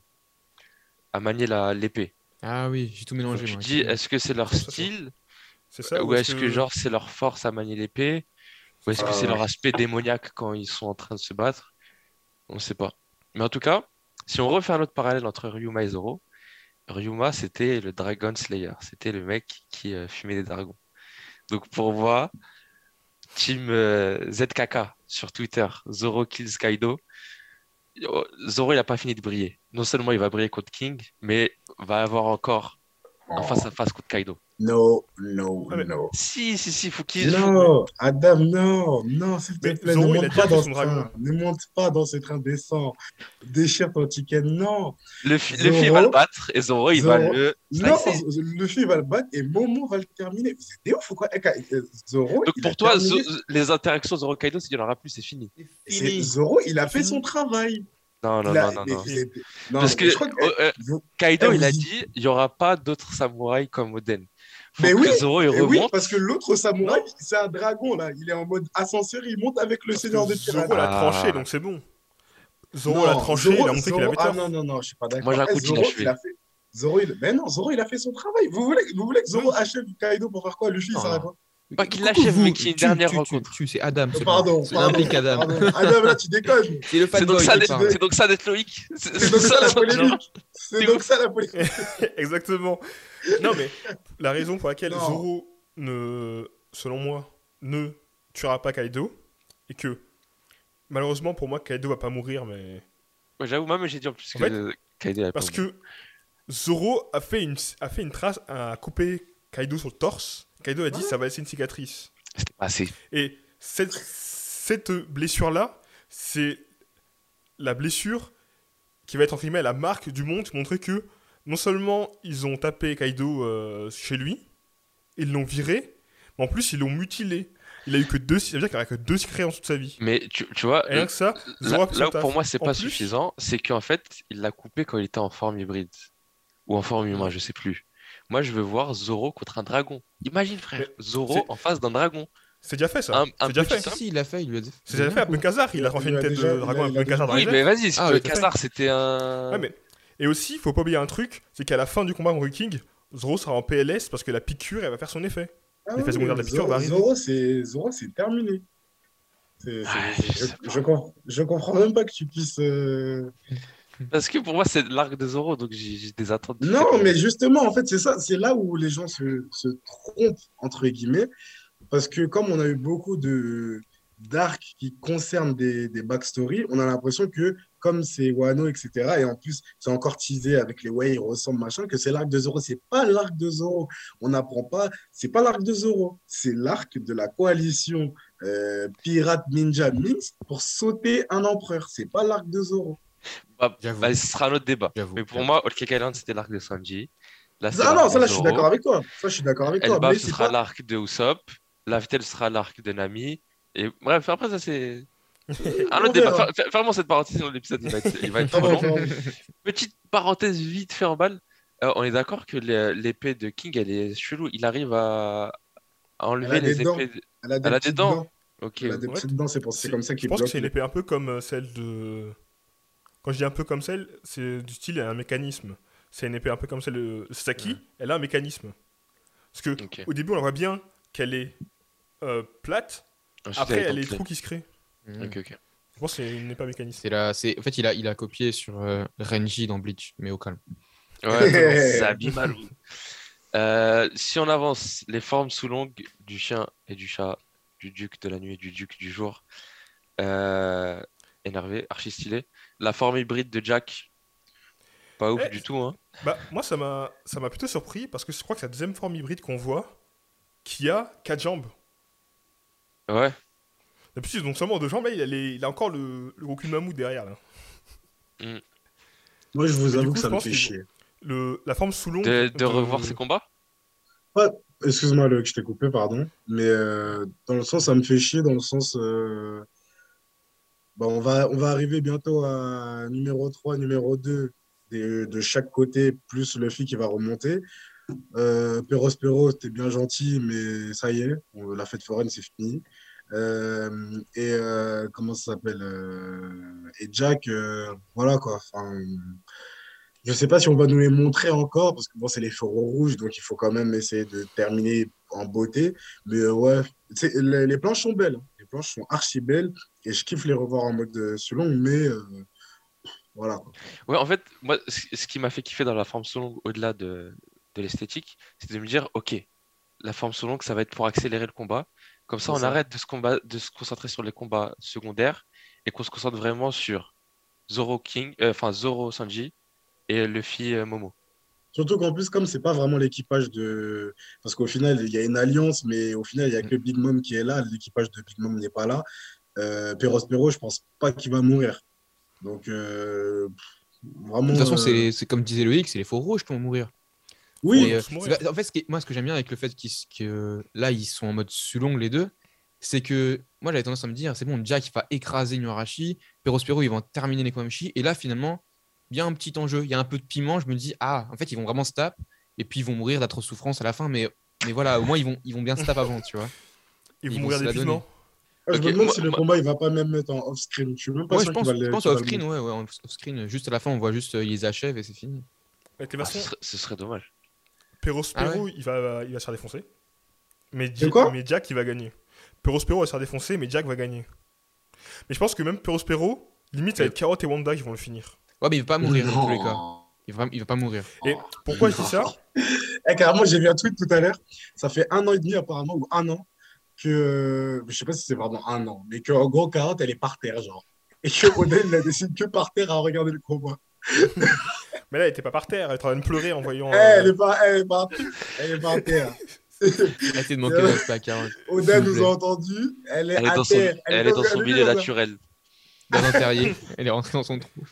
à manier la, l'épée.
Ah oui, j'ai tout
Donc
mélangé,
tu
moi.
dis,
Excuse-moi.
est-ce que c'est leur
C'est ça, c'est ça.
style
C'est ça, ou
ou
est-ce
est-ce que
que...
genre c'est leur force à manier l'épée ou
C'est
est-ce
ça.
que c'est
Ah ouais.
leur aspect démoniaque quand ils sont en train de se battre? On ne sait pas. Mais en tout cas, si on refait un autre parallèle entre Ryuma et Zoro, Ryuma c'était le Dragon Slayer, c'était le mec qui euh, fumait des dragons. Donc pour moi, team euh, Z K K sur Twitter, Zoro kills Kaido. Oh, Zoro il a pas fini de briller. Non seulement il va briller contre King, mais va avoir encore un face
Oh,
à face contre Kaido.
no, no,
Ah, mais,
no.
Si, si, si, faut qu'il. Faut...
mais,
Non, Adam, non, non, s'il te
mais
plaît, ne
Zoro, il a
monte
déjà
pas
fait
dans
son
ce
dragon.
train. Ne monte pas dans ce train, descend. Déchire ton ticket, non.
Le, fi- le film va le
Zoro,
battre et Zoro, il va
Zoro,
le
non,
slicer.
le film va le battre et Momo va le terminer. Vous êtes des ouf ou quoi? Eh, euh, Zoro,
Donc
il a
pour toi, Zo-
terminé.
les interactions Zoro-Kaido, s'il n'y en aura plus, c'est fini.
C'est
C'est
fini.
Zoro, il a
C'est
fait son
fini.
travail.
Non, non,
Il a,
non, non,
mais
non.
vous
Et,
êtes, non,
Parce
mais
que
je crois que,
oh,
eh,
euh,
vous, eh,
Kaido, il
vous
a
y-
dit, il n'y aura pas d'autres samouraïs comme Oden. Faut
mais oui,
que Zoro, il
et oui,
remonte.
parce que l'autre samouraï,
non,
c'est un dragon, là. Il est en mode ascenseur, il monte avec le
parce que
seigneur des pirates.
Zoro l'a tranché,
Ah,
donc c'est bon. Zoro l'a
Non,
tranché, il a
Zoro,
montré qu'il
Zoro,
avait
ah non,
tort.
non, non, je suis pas
moi,
d'accord.
j'ai un
Eh,
coup de
Zoro, il
l'inachevé.
a fait. Zoro, il... Mais non, Zoro, il a fait son travail. Vous voulez, vous voulez que Zoro
Oui.
achève Kaido pour faire quoi? Luffy, il
Non,
sert à
non.
quoi?
Pas qu'il
Coucou
l'achève, mais
vous,
qu'il y ait une
tu,
dernière
tu, tu,
rencontre.
tu, c'est Adam
Euh,
seulement.
Pardon,
Ça
pardon,
implique Adam.
pardon. Adam, là, tu déconnes.
C'est le
C'est donc
fanboy
ça
qui
d'être,
Tu
parle.
dé-
c'est donc ça d'être Loïc. C'est
C'est
c'est
donc
ça
ça la
la-
Non,
polémique. C'est
c'est
donc
donc-
ça la polémique.
exactement. Non, mais la raison pour laquelle
Non.
Zoro, ne, selon moi, ne tuera pas Kaido, et que, malheureusement pour moi, Kaido va pas mourir, mais...
Ouais, j'avoue, moi, j'ai dit en plus
En fait,
que Kaido a pas
parce
mourir.
que Zoro a fait une, a fait une trace, a coupé Kaido sur le torse. Kaido a dit ça va laisser une cicatrice.
C'était pas assez.
Et cette, cette blessure-là, c'est la blessure qui va être entre guillemets la marque du monde, montrer que non seulement ils ont tapé Kaido euh, chez lui, ils l'ont viré, mais en plus ils l'ont mutilé. Il a eu que deux, ça veut dire qu'il a que deux secrets en toute sa vie.
Mais tu, tu vois,
Et rien que ça, Zoro
là,
a fait
là
son
où
taf.
pour moi, c'est
En
pas
plus-
suffisant, c'est qu'en fait, il l'a coupé quand il était en forme hybride. Ou en forme humain,
Ouais.
je sais plus. Moi, je veux voir Zoro contre un dragon. Imagine, frère,
Mais
Zoro
c'est-
en face d'un dragon.
C'est déjà fait ça.
Un- un
C'est déjà
petit
fait.
Si, si, il l'a fait, il lui a dit.
C'est déjà fait. À Benkazar, il a tranché
Il
une
a
tête
déjà-
de
il a-
dragon à
il a
Benkazar dans
Oui,
les
mais
airs.
vas-y,
Ah,
le
ouais,
tout à
Khazar, c'était un.
Ouais, mais... Et aussi, il faut pas oublier un truc, c'est qu'à la fin du combat contre King, Zoro sera en P L S parce que la piqûre, elle va faire son effet.
Ah
L'effet
oui,
secondaire de la piqûre
Zoro,
va arriver.
Zoro, c'est Zoro, c'est terminé. C'est- c'est-
Ah,
je,
je sais
je, com- je comprends même pas que tu puisses. euh,
Parce que pour moi, c'est l'arc de Zoro, donc j'ai j'ai des attentes
Non,
différentes.
mais justement, en fait, c'est ça, c'est là où les gens se, se trompent, entre guillemets, parce que comme on a eu beaucoup de d'arcs qui concernent des, des backstories, on a l'impression que, comme c'est Wano, et cetera, et en plus, c'est encore teasé avec les way, ils ressemblent, machin, que c'est l'arc de Zoro. C'est pas l'arc de Zoro. On n'apprend pas, c'est pas l'arc de Zoro. C'est l'arc de la coalition euh, pirate ninja mix pour sauter un empereur. C'est pas l'arc de Zoro.
Bah,
J'avoue.
bah, ce sera un autre débat.
J'avoue,
Mais pour
j'avoue.
moi, Whole Cake Island, c'était l'arc de Sanji. Là, c'est
Ah
l'arc
non, ça
de
là, je suis
Zoro.
d'accord avec toi. Ça, je suis d'accord avec toi.
Elbaf,
Mais
ce
c'est
sera
pas.
l'arc de Usopp. Laftel sera l'arc de Nami. Et bref, après, ça, c'est un
On
autre débat.
verra.
Fer- fer- Fermons cette parenthèse, sinon l'épisode il va être, il va être
Ah
trop
bon,
long.
enfin,
Petite parenthèse vite fait en balle. Euh, on est d'accord que le- l'épée de King, elle est chelou. Il arrive à, à
elle
enlever
a des
les
dents.
épées. de-
Elle a des
Elle a des
petites
dents.
dents.
Ok.
Elle a des
Ouais,
petites dents, c'est pour- c'est
C'est-
comme ça
Je
qu'il
pense que
bloque.
c'est une
les-
épée un peu comme euh, celle de. Quand je dis un peu comme celle, c'est du style, il y a un mécanisme. c'est une épée un peu comme celle de Sasaki,
Ouais.
elle a un mécanisme. Parce que
Ok.
au début, on la voit bien qu'elle est euh, plate,
Ensuite,
après,
elle est
elle a les
dentelée.
trous qui se créent.
Mhm.
Ok, ok.
Je pense que c'est une épée à mécanisme.
C'est là, c'est... En fait, il a, il a copié sur euh, Renji dans Bleach, mais au calme.
Ouais, attends, non, c'est abîmal. Euh, si on avance, les formes sous longues du chien et du chat, du duc de la nuit et du duc du jour, euh, énervé, archi stylé. La forme hybride de Jack, pas ouf
Eh,
du tout, hein.
bah, moi, ça m'a ça m'a plutôt surpris parce que je crois que c'est la deuxième forme hybride qu'on voit qui a quatre jambes.
Ouais,
D'habitude, donc seulement deux jambes, là, il a, les- il a encore le, le Goku Mammouth derrière. Là.
Moi, je vous
Mais du
avoue
coup,
que
je
ça me
pense
fait
qu'ils
chier.
Le, la forme sous longue
de, de revoir
de...
ses combats?
Ouais, excuse-moi, Loïc, je t'ai coupé, pardon. Mais euh, dans le sens, ça me fait chier, dans le sens, euh, bah, on va, on va arriver bientôt à numéro trois, numéro deux de, de chaque côté, plus le qui va remonter. Euh, Perros Perros, t'es bien gentil, mais ça y est, on- la fête foraine, c'est fini. Euh, et euh, comment ça s'appelle euh, Et Jack, euh, voilà quoi. Enfin, je sais pas si on va nous les montrer encore, parce que bon, c'est les feux rouges, donc il faut quand même essayer de terminer en beauté. Mais euh, ouais, c'est- les, les planches sont belles, hein. Les planches sont archi belles, et je kiffe les revoir en mode euh, Sulong, mais euh, voilà quoi.
Ouais, en fait, moi, ce ce qui m'a fait kiffer dans la forme sous longue, au-delà de, de l'esthétique, c'est de me dire, ok, la forme sous longue, ça va être pour accélérer le combat. Comme ça,
C'est
on
ça.
arrête de se, combat, de se concentrer sur les combats secondaires et qu'on se concentre vraiment sur Zoro King, euh, enfin Zoro Sanji et Luffy euh, Momo.
Surtout qu'en plus, comme c'est pas vraiment l'équipage de. Parce qu'au final, il y a une alliance, mais au final, il y a
Mm.
que Big Mom qui est là. L'équipage de Big Mom n'est pas là. Euh, Perros Perros, je pense pas qu'il va mourir. Donc, euh, pff,
De toute
vraiment.
façon,
euh,
c'est c'est comme disait Loïc, c'est les faux rouges qui vont mourir.
Faut
Mais
Oui,
euh,
tous
c'est
mourir.
pas- en fait, ce qui est- moi, ce que j'aime bien avec le fait qu'ils, que là, ils sont en mode Sulong les deux, c'est que moi, j'avais tendance à me dire, c'est bon, Jack il va écraser Inuarashi, Perospero, ils vont terminer Nekomamushi, et là, finalement, il y a un petit enjeu, il y a un peu de piment. Je me dis, ah, en fait, ils vont vraiment se taper, et puis ils vont mourir d'atroce souffrance à la fin, mais, mais voilà, au moins, ils vont, ils vont bien se taper avant, tu vois.
Ils vont
Ils vont
mourir
se la donner.
d'épuisement.
ah, je
Ok,
me demande
moi,
si le
moi-
combat, il va pas même mettre en off-screen. Je suis même pas
Ouais, je
sûr qu'il
pense,
va
je
le,
pense
qu'il
à
va le
off-screen,
montrer.
ouais, ouais, en off-screen. Juste à la fin, on voit juste, euh, ils les achèvent et c'est fini.
Avec les
ah, ce
versions,
serait, ce serait dommage.
Perospero,
Ah ouais.
il, va, il va se faire défoncer. Mais,
C'est
J-
quoi?
mais Jack, il va gagner. Perospero va se faire défoncer, mais Jack va gagner. Mais je pense que même Perospero, limite, ça va être Carrot et Wanda qui vont le finir.
Ouais, mais il va pas mourir dans tous les cas.
Non.
Il va, il va pas mourir.
Et pourquoi je dis ça?
Eh, carrément, j'ai vu un tweet tout à l'heure. Ça fait un an et demi, apparemment, ou un an, que. Je sais pas si c'est vraiment un an, mais qu'en gros, Carotte, elle est par terre, genre. Et que Oden, il la décide que par terre à regarder le combat.
Mais là, elle était pas par terre, elle était en train de pleurer en voyant.
Eh,
euh,
elle est par, elle est par, elle est par terre.
Arrêtez de manquer de respect à Carotte. s'il
Oden
vous
nous
plaît.
a entendu. Elle est
Elle est
à
dans son,
terre. Elle est
elle est
comme
dans
ça,
son
elle est
milieu
comme ça.
naturel.
Dans un terrier. Elle est rentrée dans son trou.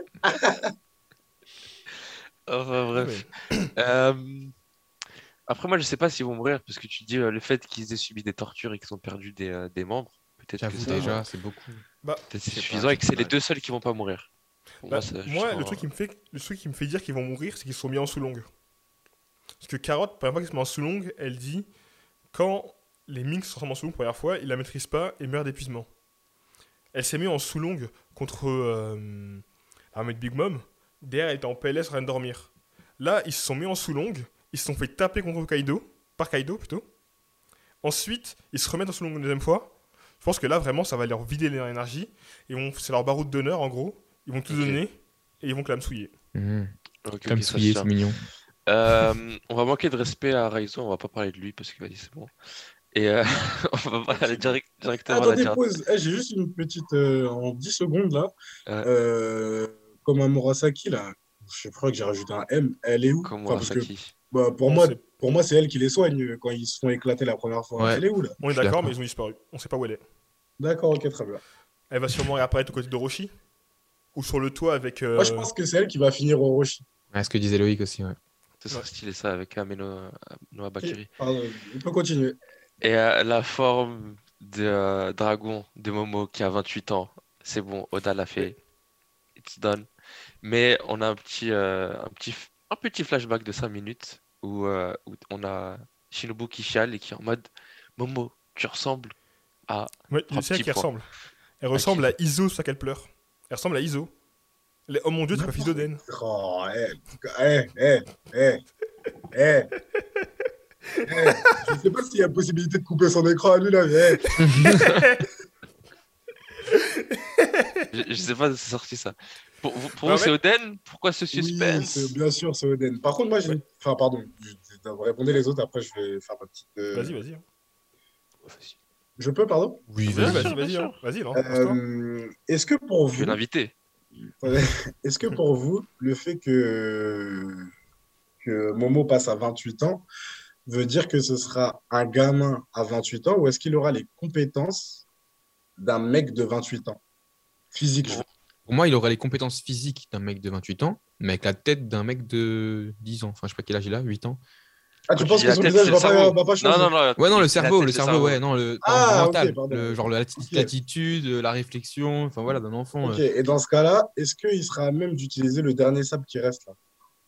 Enfin,
ouais.
bref. Euh, Après, moi, je sais pas s'ils vont mourir parce que tu dis euh, le fait qu'ils aient subi des tortures et qu'ils ont perdu des, euh, des membres, peut-être que
J'avoue,
ça,
déjà, c'est beaucoup.
Bah,
peut-être c'est
Je sais
suffisant
pas,
et que
j'ai
c'est
du
les
mal.
deux seuls qui vont pas mourir. Pour
bah,
moi, ça, je
moi,
trouve
le
un-
truc, qui me fait, le truc qui me fait dire qu'ils vont mourir, c'est qu'ils sont mis en sous-longue. Parce que Carotte, la première fois qu'ils se met en sous-longue, elle dit quand les Minks se transforment en sous-longue la première fois, ils la maîtrisent pas et meurent d'épuisement. Elle s'est mise en sous-longue contre euh, l'armée de Big Mom. Derrière, elle était en P L S en train de dormir. Là, ils se sont mis en sous-longue, ils se sont fait taper contre Kaido, par Kaido plutôt. Ensuite, ils se remettent en sous-longue une deuxième fois. Je pense que là, vraiment, ça va leur vider leur énergie. Ils vont, c'est leur baroud d'honneur, en gros. Ils vont tout
Ok.
donner et ils vont clamsouiller.
Mhm.
Ok,
Comme
ok, ça se
souillé,
tient.
c'est mignon.
Euh, on va manquer de respect à Raizo, on va pas parler de lui parce qu'il va dire c'est bon. Et euh, on va aller direct, directement à la
Attendez,
dire.
pause. Eh, j'ai juste une petite. Euh, en dix secondes, là.
Euh,
Euh, comme à Murasaki, là. Je crois que j'ai rajouté un M. Elle est où?
comme
Enfin, parce que
Murasaki.
bah, pour
On
moi,
sait-
pour moi, c'est elle qui les soigne euh, quand ils se font éclater la première fois.
Ouais.
Elle est où, là?
On est
Je suis
d'accord,
d'accord.
mais ils ont disparu. On sait pas où elle est.
D'accord, ok, très bien.
Elle va sûrement réapparaître aux côtés de Roshi. Ou sur le toit avec. euh,
Moi, je pense que c'est elle qui va finir au Roshi.
Ouais, ce que disait Loïc aussi, ouais.
Ce serait
Ouais.
stylé ça avec Ameno Noah Bakiri.
Pardon, on peut continuer.
Et euh, la forme de euh, dragon de Momo qui a vingt-huit ans, c'est bon, Oda l'a fait. It's done. Mais on a un petit, euh, un petit, f- un petit flashback de cinq minutes où, euh, où on a Shinobu qui chiale et qui est en mode Momo, tu ressembles à.
Ouais,
Trois
je sais à
petits
qui elle
points.
ressemble. Elle ressemble à Iso, c'est ça qu'elle pleure. Elle ressemble à Iso. Les... Oh mon dieu, c'est pas fils d'Oden.
Oh, eh, eh, eh, eh, eh, eh. Je sais pas s'il y a possibilité de couper son écran à lui, là, mais eh.
Je, je sais pas d'où c'est sorti ça. Pour, vous- pour
Bah,
vous,
en
c'est
fait-
Oden? Pourquoi ce
Oui,
suspense?
c'est- bien sûr, c'est Oden. Par contre, moi, j'ai... Enfin, pardon, je, je- répondez les autres, après, je vais faire ma petite... euh,
Vas-y, vas-y. hein.
Je peux, pardon?
Oui,
Bien
Vas-y,
sûr,
vas-y,
bien
vas-y. hein.
sûr.
Vas-y, lance-toi.
Euh, est-ce que pour
Je vais
vous,
l'inviter.
est-ce que pour vous, le fait que, que Momo passe à vingt-huit ans veut dire que ce sera un gamin à vingt-huit ans ou est-ce qu'il aura les compétences d'un mec de vingt-huit ans? Physique, je veux.
Pour moi, il aurait les compétences physiques d'un mec de vingt-huit ans, mais avec la tête d'un mec de dix ans. Enfin, je sais pas quel âge il a, huit ans.
Ah, tu
Quand
penses
dis
que
la
son
tête,
visage
c'est
va
le
pas,
cerveau.
va pas
Non,
changer?
non, non.
Ouais, non, le
la
cerveau,
tête,
le
c'est
cerveau, ouais, non, le, pas
Ah,
le
ok,
mental,
pardon.
le, genre le-
Ok.
l'attitude, la réflexion, enfin voilà, d'un enfant.
Ok,
euh.
et dans ce cas-là, est-ce qu'il sera à même d'utiliser le dernier sable qui reste là?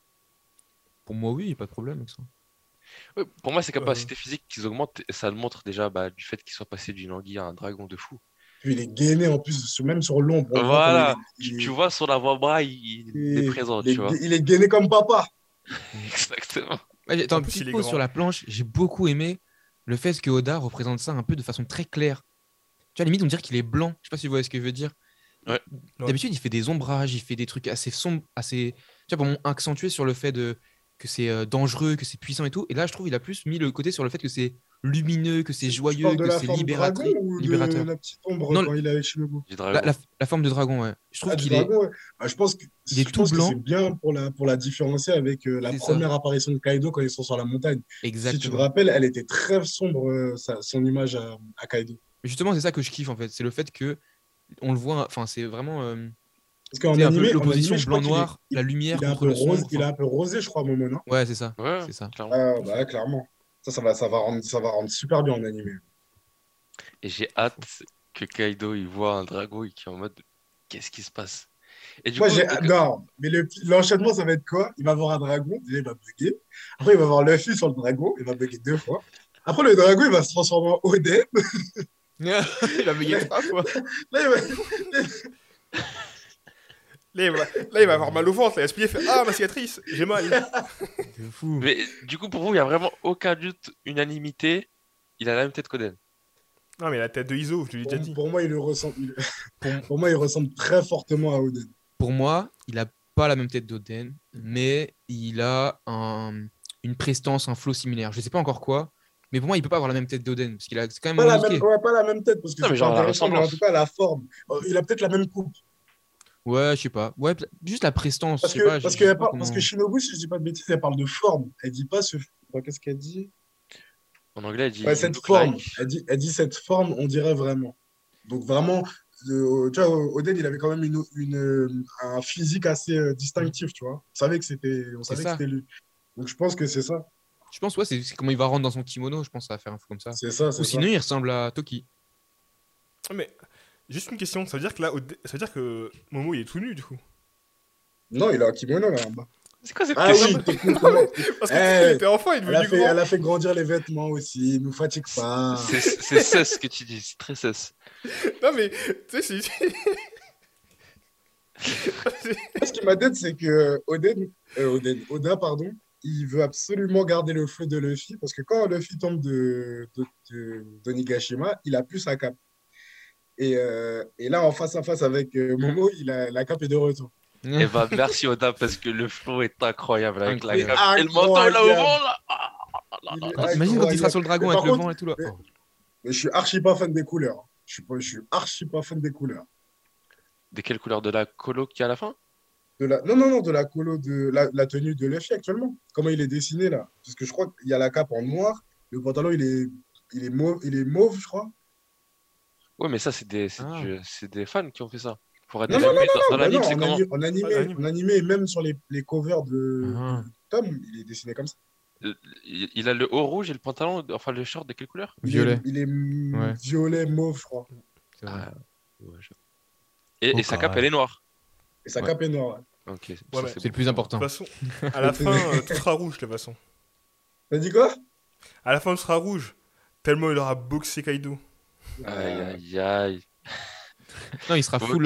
Pour moi, oui, pas de problème avec ça.
Ouais, pour moi, ces
Euh,
capacités physiques qu'ils augmentent, et ça le montre déjà bah, du fait qu'ils soient passés d'une anguille à un dragon de fou.
Puis il est gainé en plus, sur- même sur l'ombre, on voit comme
Voilà,
il
tu,
est,
tu
il
vois son avant-bras, il, il est
est-
présent,
il est-
tu vois.
il est gainé comme papa.
Exactement.
Ouais, j'ai- attends,
En plus,
petite
il est
pause
grand.
sur la planche, j'ai beaucoup aimé le fait que Oda représente ça un peu de façon très claire. Tu vois, limite, on dirait qu'il est blanc. Je sais pas si vous voyez ce que je veux dire.
Ouais.
D'habitude, il fait des ombrages, il fait des trucs assez sombres, assez. Tu vois, pour accentuer sur le fait de que c'est euh, dangereux, que c'est puissant et tout. Et là, je trouve il a plus mis le côté sur le fait que c'est lumineux, que c'est
Tu
joyeux,
parles de
que
la
c'est
forme dragon
libératrice,
ou de
libérateur.
la petite ombre
Non,
quand il est avec Shinobu?
Du
La,
dragon.
la- la forme de dragon, ouais. Je trouve
Ah, du
qu'il est,
dragon, ouais. Bah, je pense que,
il est
je
tout
pense que
blanc.
c'est bien pour la, pour la différencier avec euh, la
C'est ça.
première apparition de Kaido quand ils sont sur la montagne. Si tu te
Exactement.
rappelles, elle était très sombre, euh, sa- son image à, à Kaido.
Mais justement, c'est ça que je kiffe en fait. C'est le fait que on le voit. Enfin, c'est vraiment. euh,
Parce
tu
qu'en
sais, un peu
animé, en
l'opposition
animé, je crois qu'il est,
blanc-noir,
il,
la lumière
il est un
contre
peu
le
rose,
sombre.
il est
enfin.
un peu rosé, je crois, Momo, non?
Ouais, c'est ça.
Ouais,
C'est ça.
clairement.
Ah, bah, clairement. Ça, ça va, ça va rendre, ça va rendre super bien en animé.
Et j'ai hâte que Kaido il voit un dragon et qu'il est en mode qu'est-ce qui se passe? Et du
Moi,
coup,
j'ai.
donc,
Non, mais le- l'enchaînement, ça va être quoi? Il va voir un dragon, déjà, il va bugger. Après, il va voir Luffy sur le dragon, il va bugger deux fois. Après, le dragon, il va se transformer en Oden.
Il va veiller trois fois.
Là, il va...
Là, il va, là, il va avoir mal au ventre. Là, il fait ah, ma cicatrice, j'ai mal.
C'est fou.
mais du coup, pour vous, il n'y a vraiment aucun doute, unanimité. Il a la même tête qu'Oden.
Non, mais la tête de Iso, je te l'ai déjà
pour,
dit.
pour moi, il le ressemble. il-
Pour,
Pour moi, il ressemble très fortement à Oden.
pour moi, il a pas la même tête d'Oden, mais il a un- une prestance, un flow similaire. Je sais pas encore quoi, mais pour moi, il peut pas avoir la même tête d'Oden parce qu'il a c'est quand même
Pas la,
Momonosuke.
même, ouais, pas la même tête, parce que
Non, mais
c'est
genre
pas
la
intéressant, mais en
ressemblance.
tout cas, la forme. Euh, Il a peut-être la même coupe.
Ouais, je sais pas. Ouais, pla- juste la prestance.
Parce
Je sais
que,
pas. je-
parce,
je
que,
sais
elle
pas
parle- parce
comment-
que Shinobu, si je dis pas de bêtises, elle parle de forme. Elle dit pas ce. Attends, qu'est-ce qu'elle dit?
En anglais, il dit
Ouais,
you
cette
look
forme.
like.
Elle dit, elle dit cette forme, on dirait vraiment. Donc vraiment, euh, tu vois, Oden, il avait quand même une, une, euh, un physique assez euh, distinctif, tu vois. On savait que c'était, on
C'est
savait que
ça.
c'était lui. Donc je pense que c'est ça.
Je pense, ouais, c'est c'est comment il va rentrer dans son kimono. Je pense que ça va faire un fou comme ça.
C'est ça, c'est
Ou
ça.
sinon, il ressemble à Toki.
Mais juste une question, ça veut dire que là, au dé- ça veut dire que Momo il est tout nu du coup.
Non, il a un kimono là en bas.
C'est quoi cette
Ah
question?
oui, techniquement.
Parce que
Eh,
il était enfant, il est
Elle a,
devenu
fait,
grand.
elle a fait grandir les vêtements aussi. Ne nous fatigue pas.
C'est c'est ça ce que tu dis, c'est très cesse.
Non mais, tu sais, c'est...
Ce qui m'attend, c'est que Oden, euh, Oden, Oda, pardon, il veut absolument garder le feu de Luffy parce que quand Luffy tombe de, de, de, de Nigashima, il a plus sa cape. Et, euh, et là, en face à face avec euh, Momo, il a, la cape est de retour.
Et bah merci Oda parce que le flow est incroyable avec la
Incroyable.
cape et le manteau là au
Incroyable.
vent là. Ah, là,
Il
là,
est
là.
Imagine quand il sera
incroyable.
sur le dragon
Mais
avec
par
le
contre,
vent et tout là.
mais-
Oh.
Mais je suis archi pas fan des couleurs. Je suis, pas, je suis archi pas fan des couleurs.
De quelle couleur? De la colo qui est à la fin?
De la... Non, non, non, de la colo, de la, la tenue de Luffy actuellement. Comment il est dessiné là? Parce que je crois qu'il y a la cape en noir, le pantalon il est, il est, mauve, il est mauve, je crois.
Ouais, mais ça, c'est des, c'est
Ah.
du- c'est des fans qui ont fait ça. Pour être
Non, non,
animé, dans, dans
Bah
l'anime,
non,
c'est
en,
comment?
ani- en animé,
Ah, l'anime.
en animé, et même sur les, les covers de,
Ah.
de Tom, il est dessiné comme ça.
Euh, Il il a le haut rouge et le pantalon, enfin le short de quelle couleur?
Il
Violet.
Est, il est mm,
Ouais.
violet, mauve, je crois.
C'est vrai.
Ah, ouais, je- Et, et sa
Ok.
cape, elle est noire.
Et sa
Ouais.
cape est noire. ouais.
Ok, ça,
Ouais, mais
c'est
C'est le
bon.
plus
De
important.
toute façon, à la fin, euh, tout sera rouge de toute façon.
T'as dit quoi?
À la fin, tout sera rouge. Tellement il aura boxé Kaido.
Aïe, aïe, aïe.
Non, il sera full,
Ok.
euh,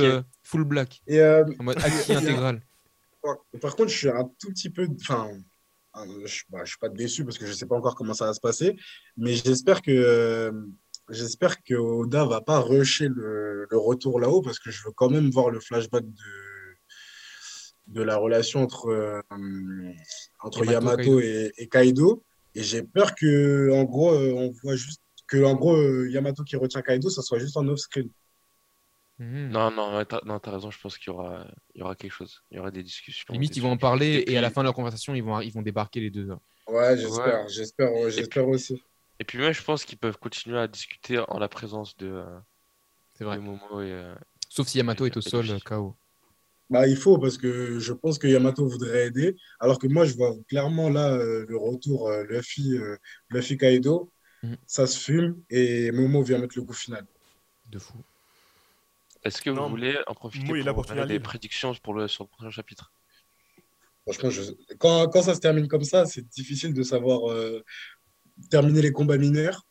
Full black.
Et, euh,
En mode acquis
il y a-
intégral.
par par contre, je suis un tout petit peu. Enfin, euh, je, bah, je suis pas déçu parce que je sais pas encore comment ça va se passer. Mais j'espère que. euh, J'espère que Oda va pas rusher le, le retour là-haut parce que je veux quand même voir le flashback de, de la relation entre, euh, entre
Yamato,
Yamato
Kaido.
et, et Kaido. Et j'ai peur que, en gros, euh, on voit juste que, en gros, euh, Yamato qui retient Kaido, ça soit juste en off-screen.
Mhm.
Non, non, ouais, t'as, non, t'as raison, je pense qu'il y aura, il y aura quelque chose. Il y aura des discussions,
Limite,
des
ils vont en
trucs.
parler
Et
et à la
puis,
fin de leur conversation, ils vont, ils vont débarquer les deux. Hein.
Ouais,
ouais,
j'espère, j'espère, ouais,
et puis,
j'espère aussi.
et puis même, je pense qu'ils peuvent continuer à discuter en la présence de, euh,
C'est
de
vrai.
Momo et, euh,
Sauf si Yamato
et,
est au
et
sol, euh,
Luffy.
K O.
Bah, il faut parce que je pense que Yamato voudrait aider, alors que moi, je vois clairement là euh, le retour euh, Luffy, euh, Luffy Kaido,
Mhm.
ça se fume et Momo vient mettre le coup final.
De fou.
Est-ce que vous
Non,
voulez en profiter
Momo est là
pour
pour
donner
finir
des
l'île.
prédictions pour le, sur le prochain chapitre?
Franchement, je... quand, quand ça se termine comme ça, c'est difficile de savoir euh, terminer les combats mineurs.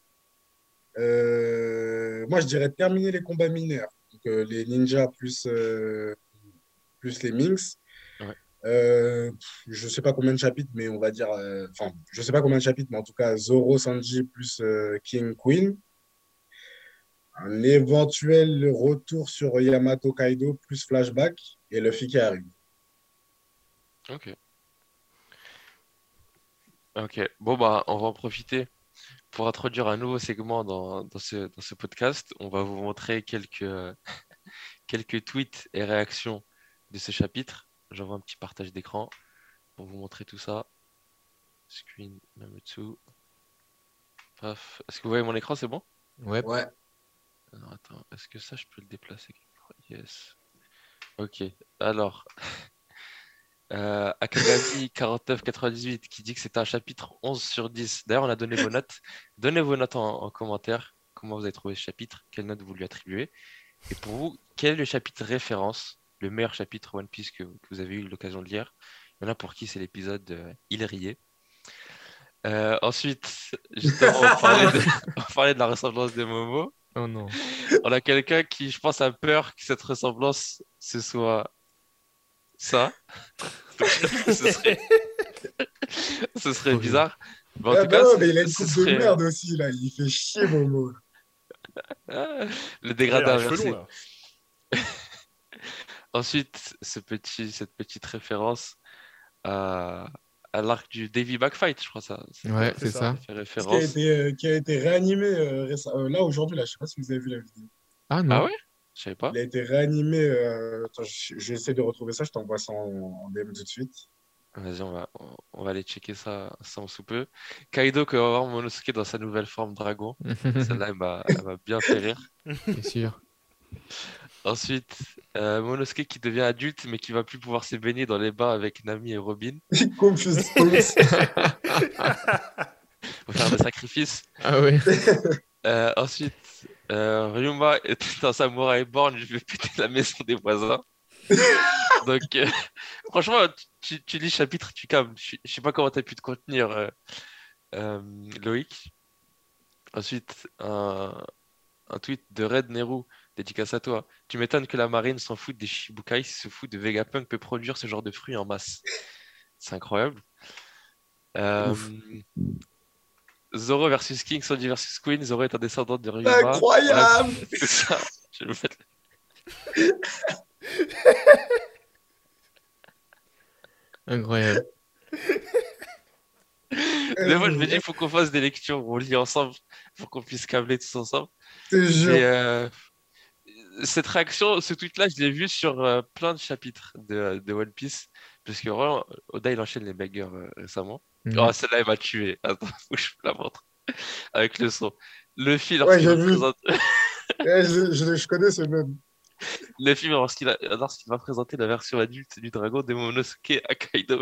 Euh, moi, je dirais terminer les combats mineurs. Donc, euh, les ninjas plus, euh, plus les minx.
Ouais.
Euh, je sais pas combien de chapitres, mais on va dire. euh, Enfin, je sais pas combien de chapitres, mais en tout cas, Zoro, Sanji plus euh, King, Queen. Un éventuel retour sur Yamato Kaido plus flashback et Luffy qui arrive.
Ok. Ok. Bon, bah, on va en profiter pour introduire un nouveau segment dans, dans ce, dans ce podcast. On va vous montrer quelques, quelques tweets et réactions de ce chapitre. J'envoie un petit partage d'écran pour vous montrer tout ça. Screen number two. Paf. Est-ce que vous voyez mon écran, c'est bon?
Ouais.
Ouais.
Alors, attends, est-ce que ça, je peux le déplacer quelque part? Yes. Ok. Alors, euh, Akagami quarante-neuf quatre-vingt-dix-huit qui dit que c'est un chapitre onze sur dix. D'ailleurs, on a donné vos notes. Donnez vos notes en, en commentaire. Comment vous avez trouvé ce chapitre? Quelle note vous lui attribuez? Et pour vous, quel est le chapitre référence, le meilleur chapitre One Piece que, que vous avez eu l'occasion de lire? Il y en a pour qui c'est l'épisode euh, Il riait. Euh, ensuite, justement, on parlait de, on parlait de la ressemblance des Momo.
Oh non.
On a quelqu'un qui, je pense, a peur que cette ressemblance, ce soit ça. Donc, ce serait, ce serait
Horrible.
bizarre. Mais en
Eh
tout
ben
cas,
ouais,
ce,
mais il a une
ce
coupe de
serait
merde aussi, là. Il fait chier, Momo.
euh, le
Ouais, il
dégradé
a les cheveux longs,
inversé.
là.
Ensuite, ce petit, cette petite référence à, à l'arc du Davy Backfight, je crois ça. Ça fait,
Ouais,
C'est
c'est
ça.
ça.
ça fait
Ce qui a
référence.
été, euh, qui a été réanimé euh, récem- euh, là aujourd'hui, là. Je sais pas si vous avez vu la vidéo.
Ah
Ah
non.
ouais? Je savais pas.
Il a été réanimé. Euh, attends, je- j'essaie de retrouver ça. Je t'envoie ça en, en D M tout de suite.
Vas-y, on va, on, on va aller checker ça sans sous peu. Kaido qui va voir Monosuke dans sa nouvelle forme dragon. Celle-là, elle m'a elle m'a bien fait rire.
C'est sûr.
Ensuite, euh, Monosuke qui devient adulte mais qui va plus pouvoir se baigner dans les bains avec Nami et Robin.
Confuse Pose.
Faut faire des sacrifices.
Ah ouais.
Euh, ensuite, euh, Ryuma est dans Samurai Born, je vais péter la maison des voisins. Donc, euh, franchement, tu, tu lis le chapitre, tu calmes. Je, je sais pas comment tu as pu te contenir, euh, euh, Loïc. Ensuite, un, un tweet de Red Nehru, dédicace à toi. Tu m'étonnes que la marine s'en fout des Shibukai, si se fout de Vegapunk peut produire ce genre de fruits en masse. C'est incroyable. Euh,
Ouf.
Zoro versus King, Sanji versus Queen. Zoro est un descendant de Ryuma.
Incroyable!
Bref, c'est ça. Je vais le mettre.
Incroyable.
Des fois, je me dis, il faut qu'on fasse des lectures où on lit ensemble pour qu'on puisse câbler tous ensemble.
Je te jure.
Et euh, cette réaction, ce tweet-là, je l'ai vu sur euh, plein de chapitres de, de One Piece. Parce que vraiment, Oda, il enchaîne les baggers euh, récemment.
Mhm.
Oh, celle-là, elle m'a tué. Attends, faut que je vous la montre. Avec le son. Luffy,
Ouais,
lorsqu'il
j'ai
va
vu.
présenter...
Ouais, je, je, je connais ce même.
Luffy, lorsqu'il a- lorsqu'il va présenter la version adulte du dragon de Momonosuke à Kaido.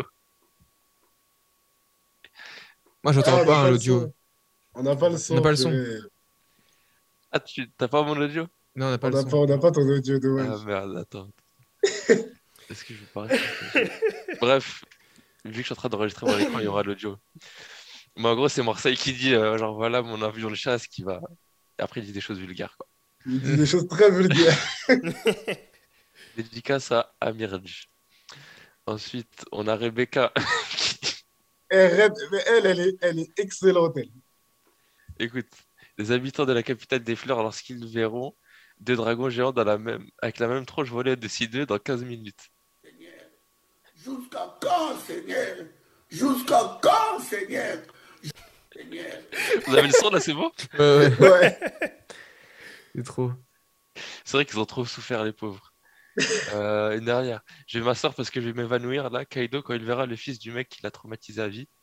Moi,
Ah,
j'entends
on n'a
pas hein,
pas le
l'audio.
son. On n'a pas le son.
On n'a pas le son.
purée.
Ah, tu t'as pas mon audio?
Non, on n'a pas
On
le
n'a
son.
pas, on n'a pas ton audio de
Ah
wesh.
merde, attends. Est-ce que je vais pas rester? Bref, vu que je suis en train d'enregistrer mon écran, il y aura l'audio. Mais en gros, c'est Marseille qui dit euh, genre voilà mon avion de chasse qui va. Et après, il dit des choses vulgaires, quoi.
Il dit des choses très vulgaires.
Dédicace à Amirj. Ensuite, on a Rebecca.
Elle, elle, elle, est, elle est excellente. Elle.
Écoute, les habitants de la capitale des fleurs, lorsqu'ils verront deux dragons géants dans la même, avec la même tronche volée au-dessus d'eux dans quinze minutes.
Jusqu'à quand, Seigneur? Jusqu'à quand, Seigneur? Seigneur.
Vous avez le son là, c'est bon?
Ouais, ouais.
Ouais.
C'est trop.
C'est vrai qu'ils ont trop souffert, les pauvres. Euh, une dernière. Je vais m'asseoir parce que je vais m'évanouir là. Kaido, quand il verra le fils du mec qui l'a traumatisé à vie.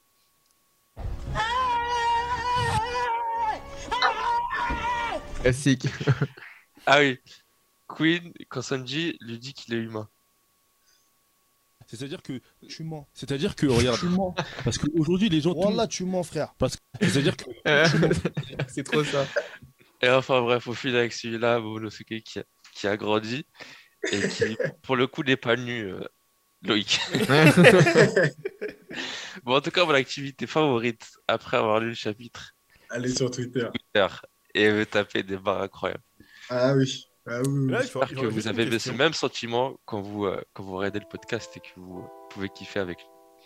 Classique.
Ah oui. Queen, quand Sanji lui dit qu'il est humain.
C'est-à-dire que
Tu mens.
c'est-à-dire que regarde
Tu mens.
parce qu'aujourd'hui les gens tout le
Wallah,
monde-
tu mens, frère.
parce que c'est-à-dire que
C'est trop ça.
Et enfin bref, au final avec celui-là, Momonosuke qui a, qui a grandi et qui, pour le coup, n'est pas nu, euh, Loïc. Bon, en tout cas, mon activité favorite après avoir lu le chapitre
Allez sur Twitter.
Twitter et me taper des barres incroyables.
Ah oui. Ah oui, oui.
Là, il faut-
J'espère
il
que
faut
vous
juste une
avez
question.
ce même sentiment quand vous, euh, quand vous regardez le podcast et que vous pouvez kiffer avec.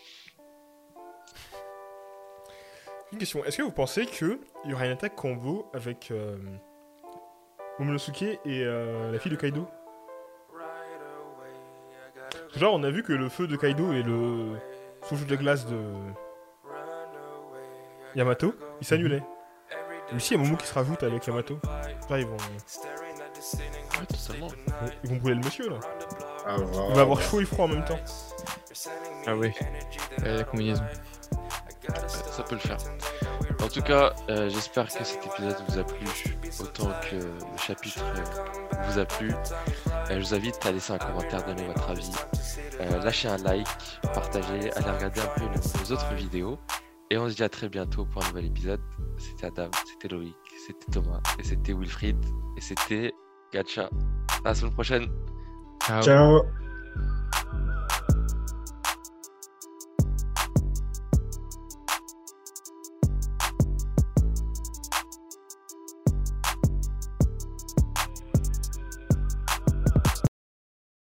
Une question. Est-ce que vous pensez qu'il y aura une attaque combo avec euh, Momonosuke et euh, la fille de Kaido? Genre, on a vu que le feu de Kaido et le souffle de glace de Yamato, ils s'annulaient. Mais si, il y a Momo qui se rajoute avec Yamato. Là, ils vont,
Ouais, totalement.
ils vont brûler le monsieur, là.
Ah, voilà.
Il va avoir chaud et froid en même temps.
Ah oui. Euh, la combinaison.
Ça peut le faire. En tout cas, euh, j'espère que cet épisode vous a plu autant que le chapitre euh, vous a plu. Euh, je vous invite à laisser un commentaire, donner votre avis, euh, lâcher un like, partager, aller regarder un peu nos, nos autres vidéos. Et on se dit à très bientôt pour un nouvel épisode. C'était Adam, c'était Loïc, c'était Thomas, et c'était Wilfried, et c'était Gacha. À la semaine prochaine.
Ciao.
Ciao.